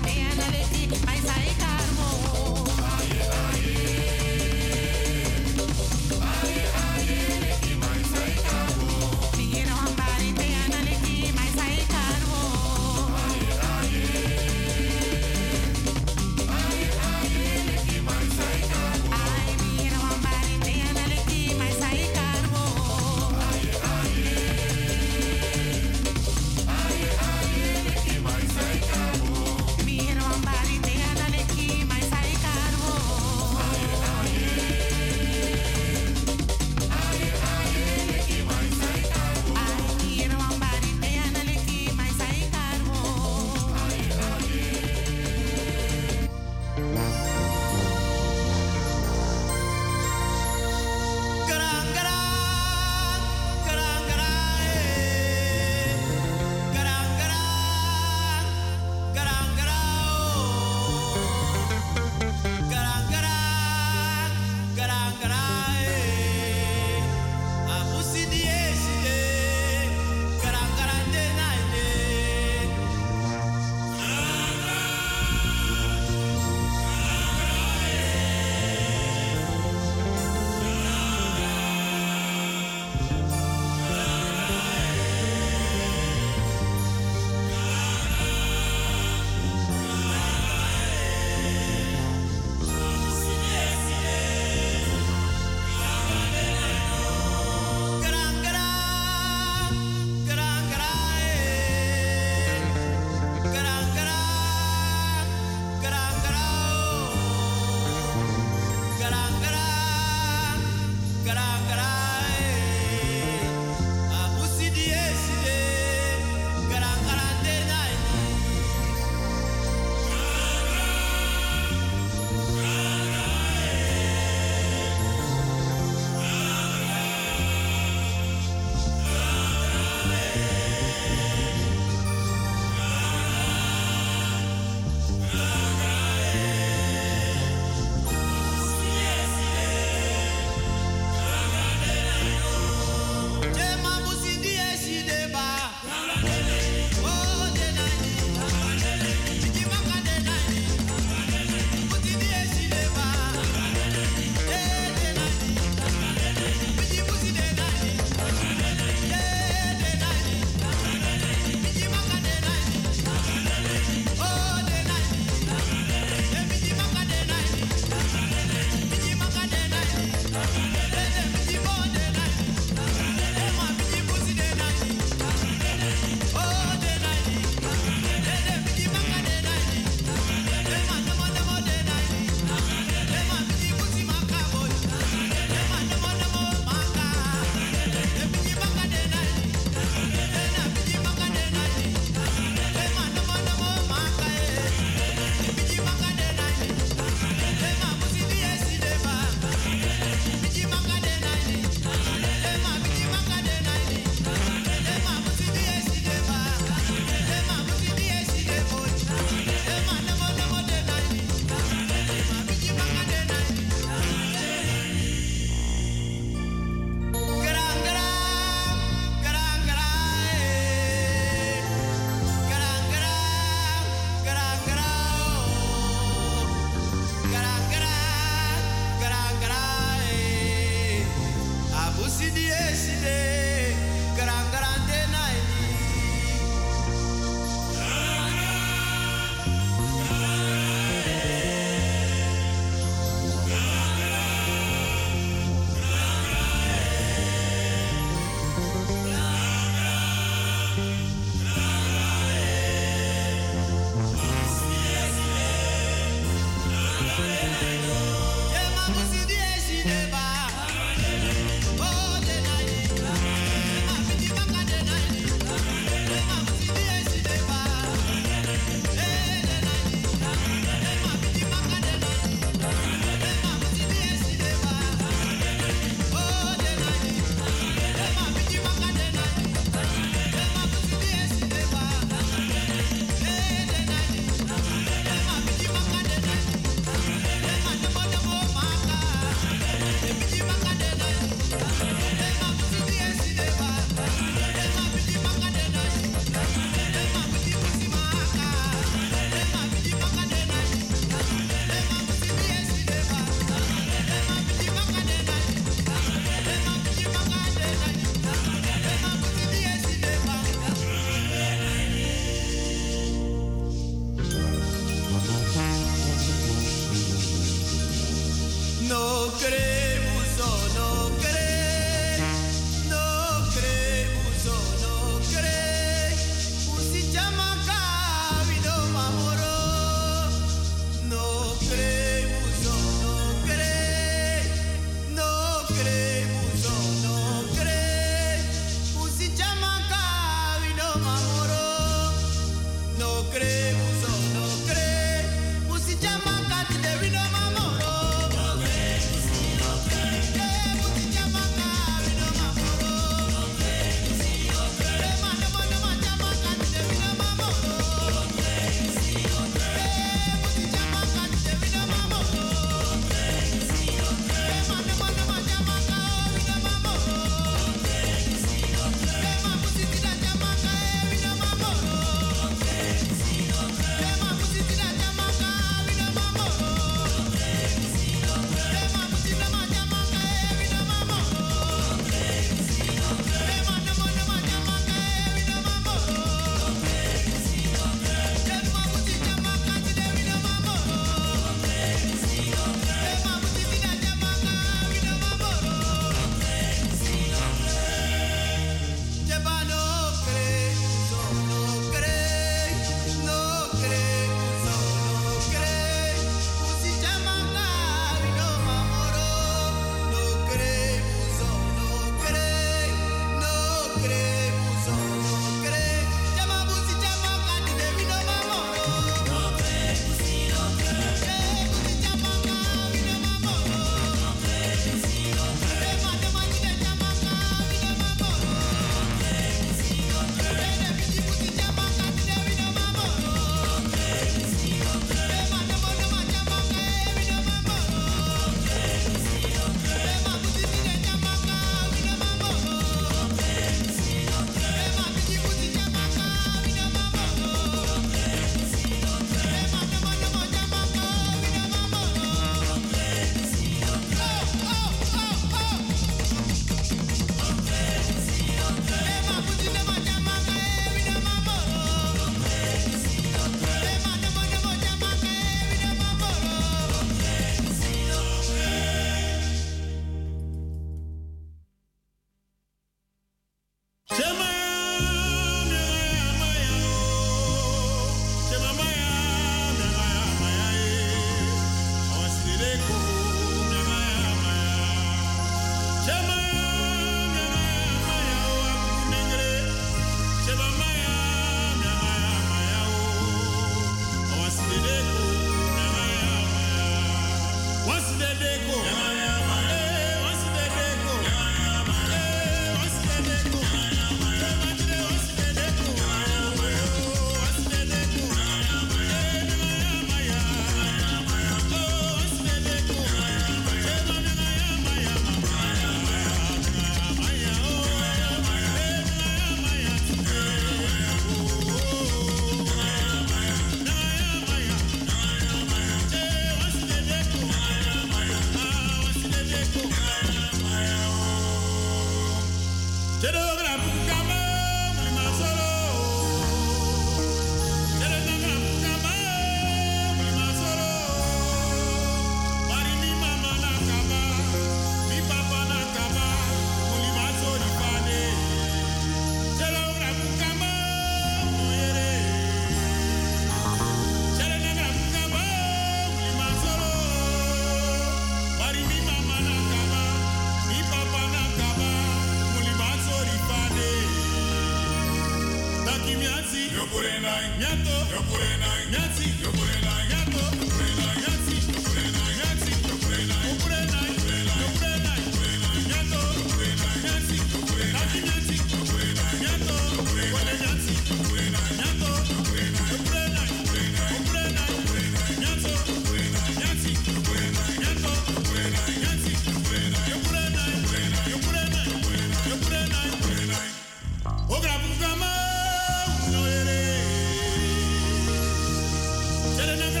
Tell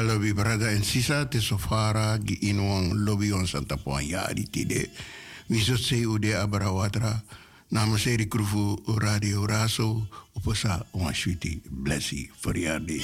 Opa lobby brada en sisa te sofara gi inwang lobby on Santa Puan yari tide. Wisot se ude abrawatra. Namens Erik Kroevo Radio Razo. Oposa onaswiti blessie verjaardag.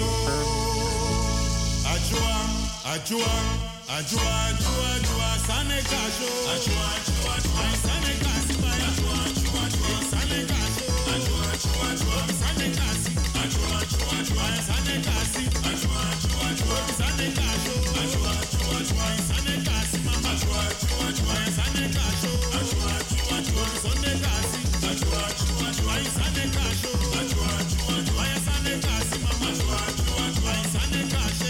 Ajua, ajua, ajua, ajua, ajua, sane kasho. Ajua, ajua, ajua, sane kasi baya. Ajua, ajua, ajua, sane kasho. Ajua, ajua, ajua, sane kasi. Ajua, ajua, ajua, sane kasi. Ajua, ajua, ajua, sane kasho. Ajua, ajua, ajua, sane kasi mama. Ajua, ajua, ajua, sane kasho. Ajua, ajua, ajua, sane kasi. Ajua, ajua, ajua, sane kasho. Ajua, ajua, ajua, sane kasi mama. Ajua, ajua, ajua, sane kashe.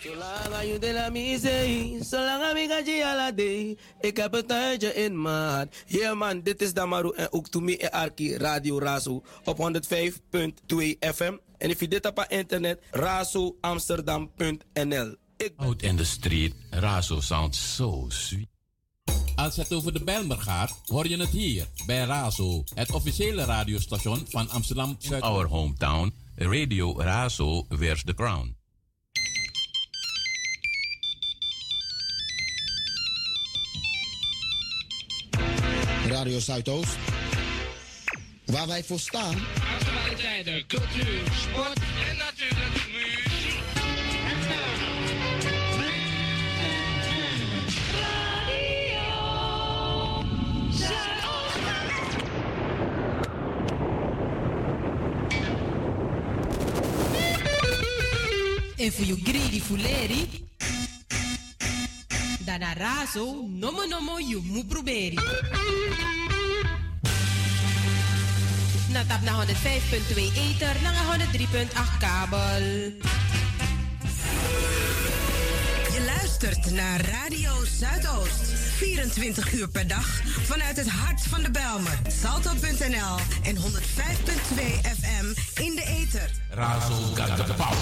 Zolang je de la misee, zolang ik ga je ala day. Ik heb een tuintje in mijn hart. Yeah man, dit is Damaru en ook to me en Arki Radio Razo op honderd vijf komma twee F M. En if je dit op internet, razo amsterdam punt n l. Out in the street, Razo sounds so sweet. Als het over de Bijlmer gaat, hoor je het hier bij Razo, het officiële radiostation van Amsterdam Zuid. Our hometown, Radio Razo wears the crown. Radio Zuidoost, waar wij voor staan. Actualiteiten, cultuur, sport en natuurlijk muziek. En voor je greedy fuleri, dan a Razo, nomo nomo you mu proberi. Na tap na honderd vijf komma twee ether, na honderd drie komma acht kabel. Je luistert naar Radio Zuidoost. vierentwintig uur per dag vanuit het hart van de Bijlmer. Salto punt n l en honderd vijf komma twee F M in de ether. Razo got the power.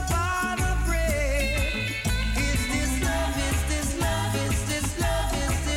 Is this love, is this love, is this love, is this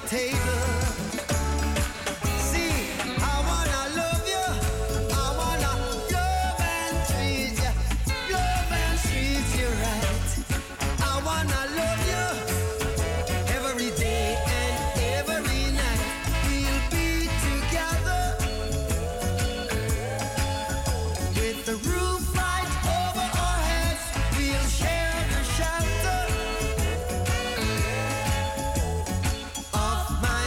table. See, I wanna love you. I wanna love and treat you. Love and treat you right. I wanna love you every day and every night. We'll be together with the roof right over our heads. We'll share the shelter of my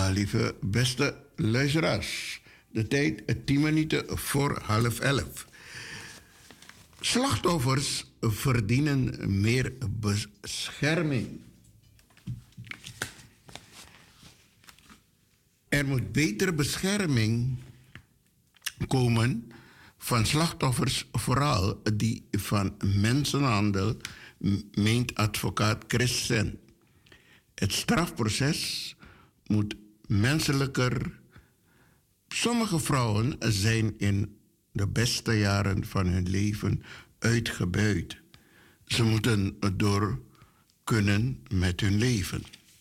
Ja, lieve beste luisteraars. De tijd eh, tien minuten voor half elf. Slachtoffers verdienen meer bescherming. Er moet betere bescherming komen van slachtoffers, vooral die van mensenhandel, meent advocaat Chris Sen. Het strafproces moet menselijker. Sommige vrouwen zijn in de beste jaren van hun leven uitgebuit. Ze moeten door kunnen met hun leven.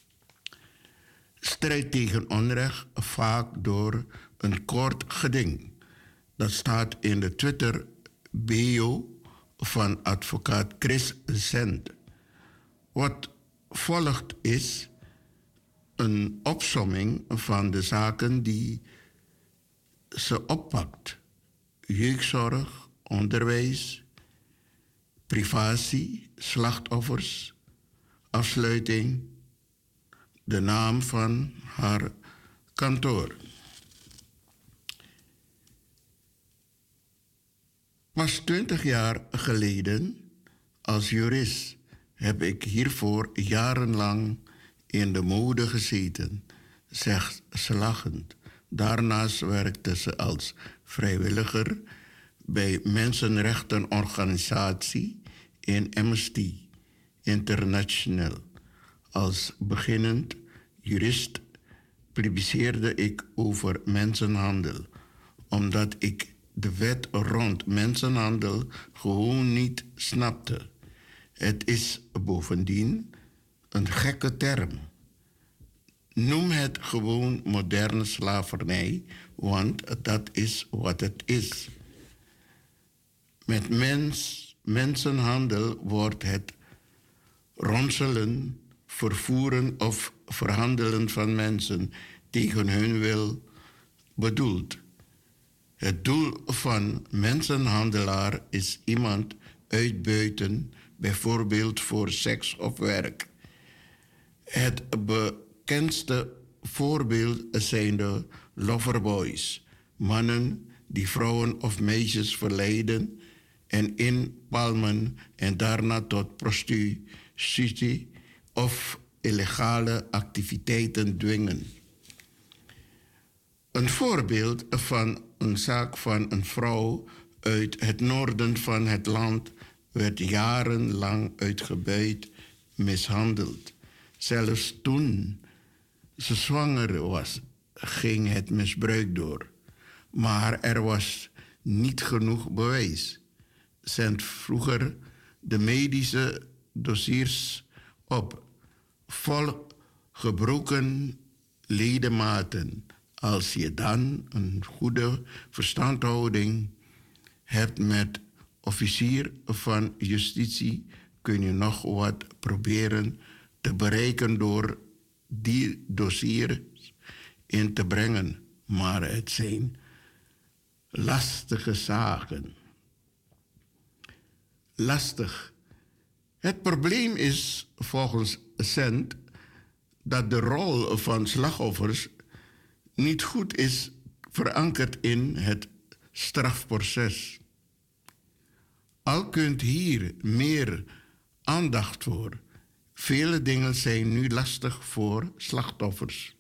Strijd tegen onrecht, vaak door een kort geding. Dat staat in de Twitter-bio van advocaat Chris Zend. Wat volgt is een opsomming van de zaken die ze oppakt. Jeugdzorg, onderwijs, privacy, slachtoffers, afsluiting, de naam van haar kantoor. Pas twintig jaar geleden, als jurist, heb ik hiervoor jarenlang in de mode gezeten, zegt ze lachend. Daarnaast werkte ze als vrijwilliger bij mensenrechtenorganisatie in Amnesty International. Als beginnend jurist publiceerde ik over mensenhandel, omdat ik de wet rond mensenhandel gewoon niet snapte. Het is bovendien een gekke term. Noem het gewoon moderne slavernij, want dat is wat het is. Met mens, mensenhandel wordt het ronselen, vervoeren of verhandelen van mensen tegen hun wil bedoeld. Het doel van mensenhandelaar is iemand uitbuiten, bijvoorbeeld voor seks of werk. Het bekendste voorbeeld zijn de loverboys, mannen die vrouwen of meisjes verleiden en inpalmen en daarna tot prostitutie of illegale activiteiten dwingen. Een voorbeeld van een zaak van een vrouw uit het noorden van het land werd jarenlang uitgebuit, mishandeld. Zelfs toen ze zwanger was, ging het misbruik door. Maar er was niet genoeg bewijs. Zend vroeger de medische dossiers op, vol gebroken ledematen. Als je dan een goede verstandhouding hebt met officier van justitie, kun je nog wat proberen te bereiken door die dossiers in te brengen. Maar het zijn lastige zaken. Lastig. Het probleem is volgens Cent dat de rol van slachtoffers niet goed is verankerd in het strafproces. Al kunt hier meer aandacht voor. Vele dingen zijn nu lastig voor slachtoffers.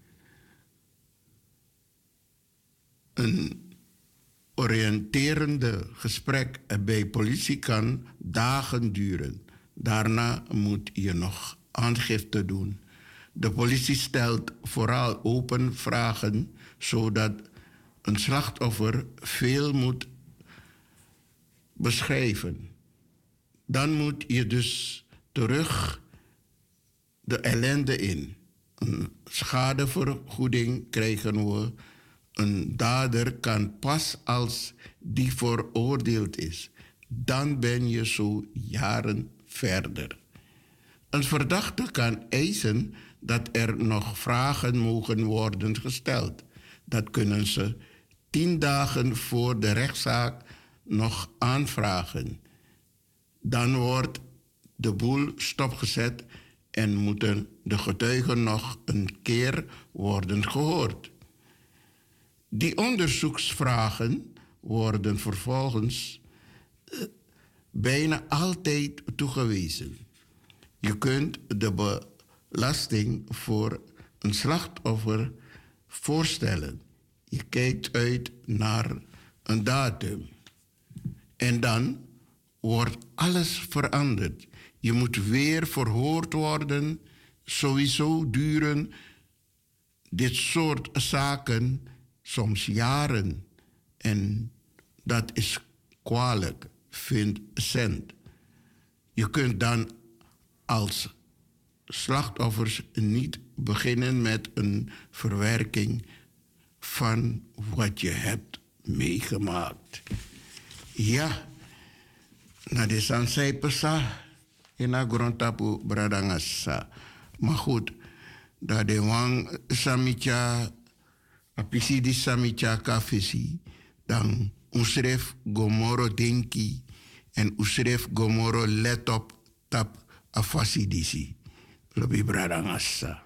Een oriënterende gesprek bij politie kan dagen duren. Daarna moet je nog aangifte doen. De politie stelt vooral open vragen, zodat een slachtoffer veel moet beschrijven. Dan moet je dus terug de ellende in. Een schadevergoeding krijgen we. Een dader kan pas als die veroordeeld is. Dan ben je zo jaren verder. Een verdachte kan eisen dat er nog vragen mogen worden gesteld. Dat kunnen ze tien dagen voor de rechtszaak nog aanvragen. Dan wordt de boel stopgezet en moeten de getuigen nog een keer worden gehoord. Die onderzoeksvragen worden vervolgens uh, bijna altijd toegewezen. Je kunt de belasting voor een slachtoffer voorstellen. Je kijkt uit naar een datum. En dan wordt alles veranderd. Je moet weer verhoord worden. Sowieso duren dit soort zaken soms jaren. En dat is kwalijk, vindt Cent. Je kunt dan als slachtoffers niet beginnen met een verwerking van wat je hebt meegemaakt. Ja, na de sansai pesa in a grondtapu bradangasa. Maar goed, dat de wang samicha apisi di samicha kafesi, dan usref gomoro denki en usref gomoro let op tap afasidisi. Lobi bradangasa.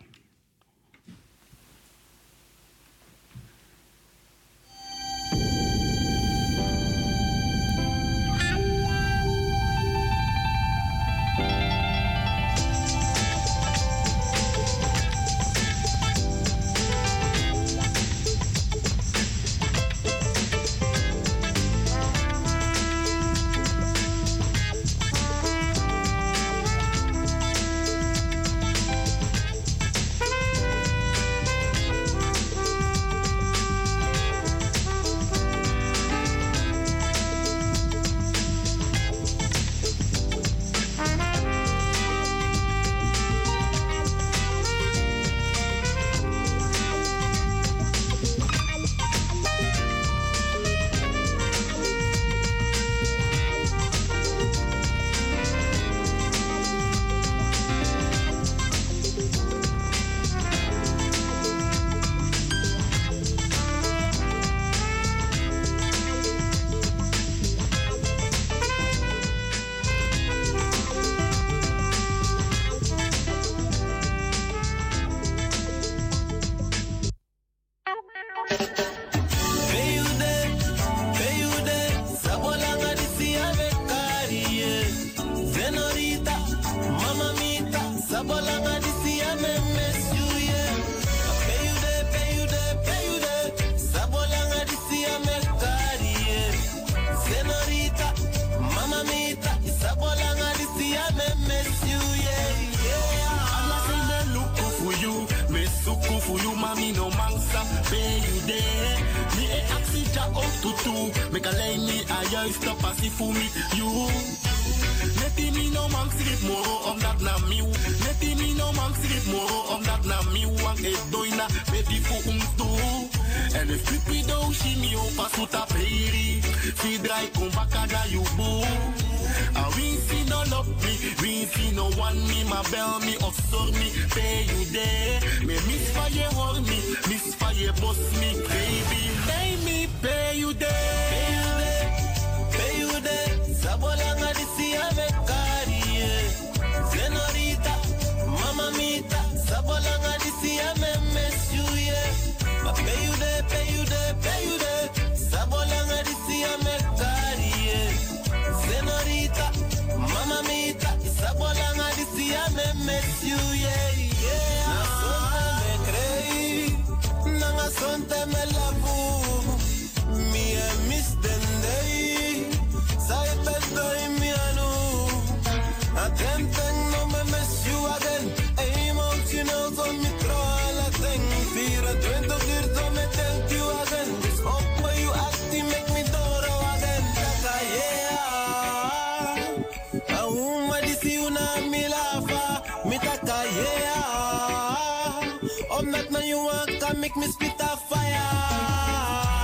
Make me spit a fire.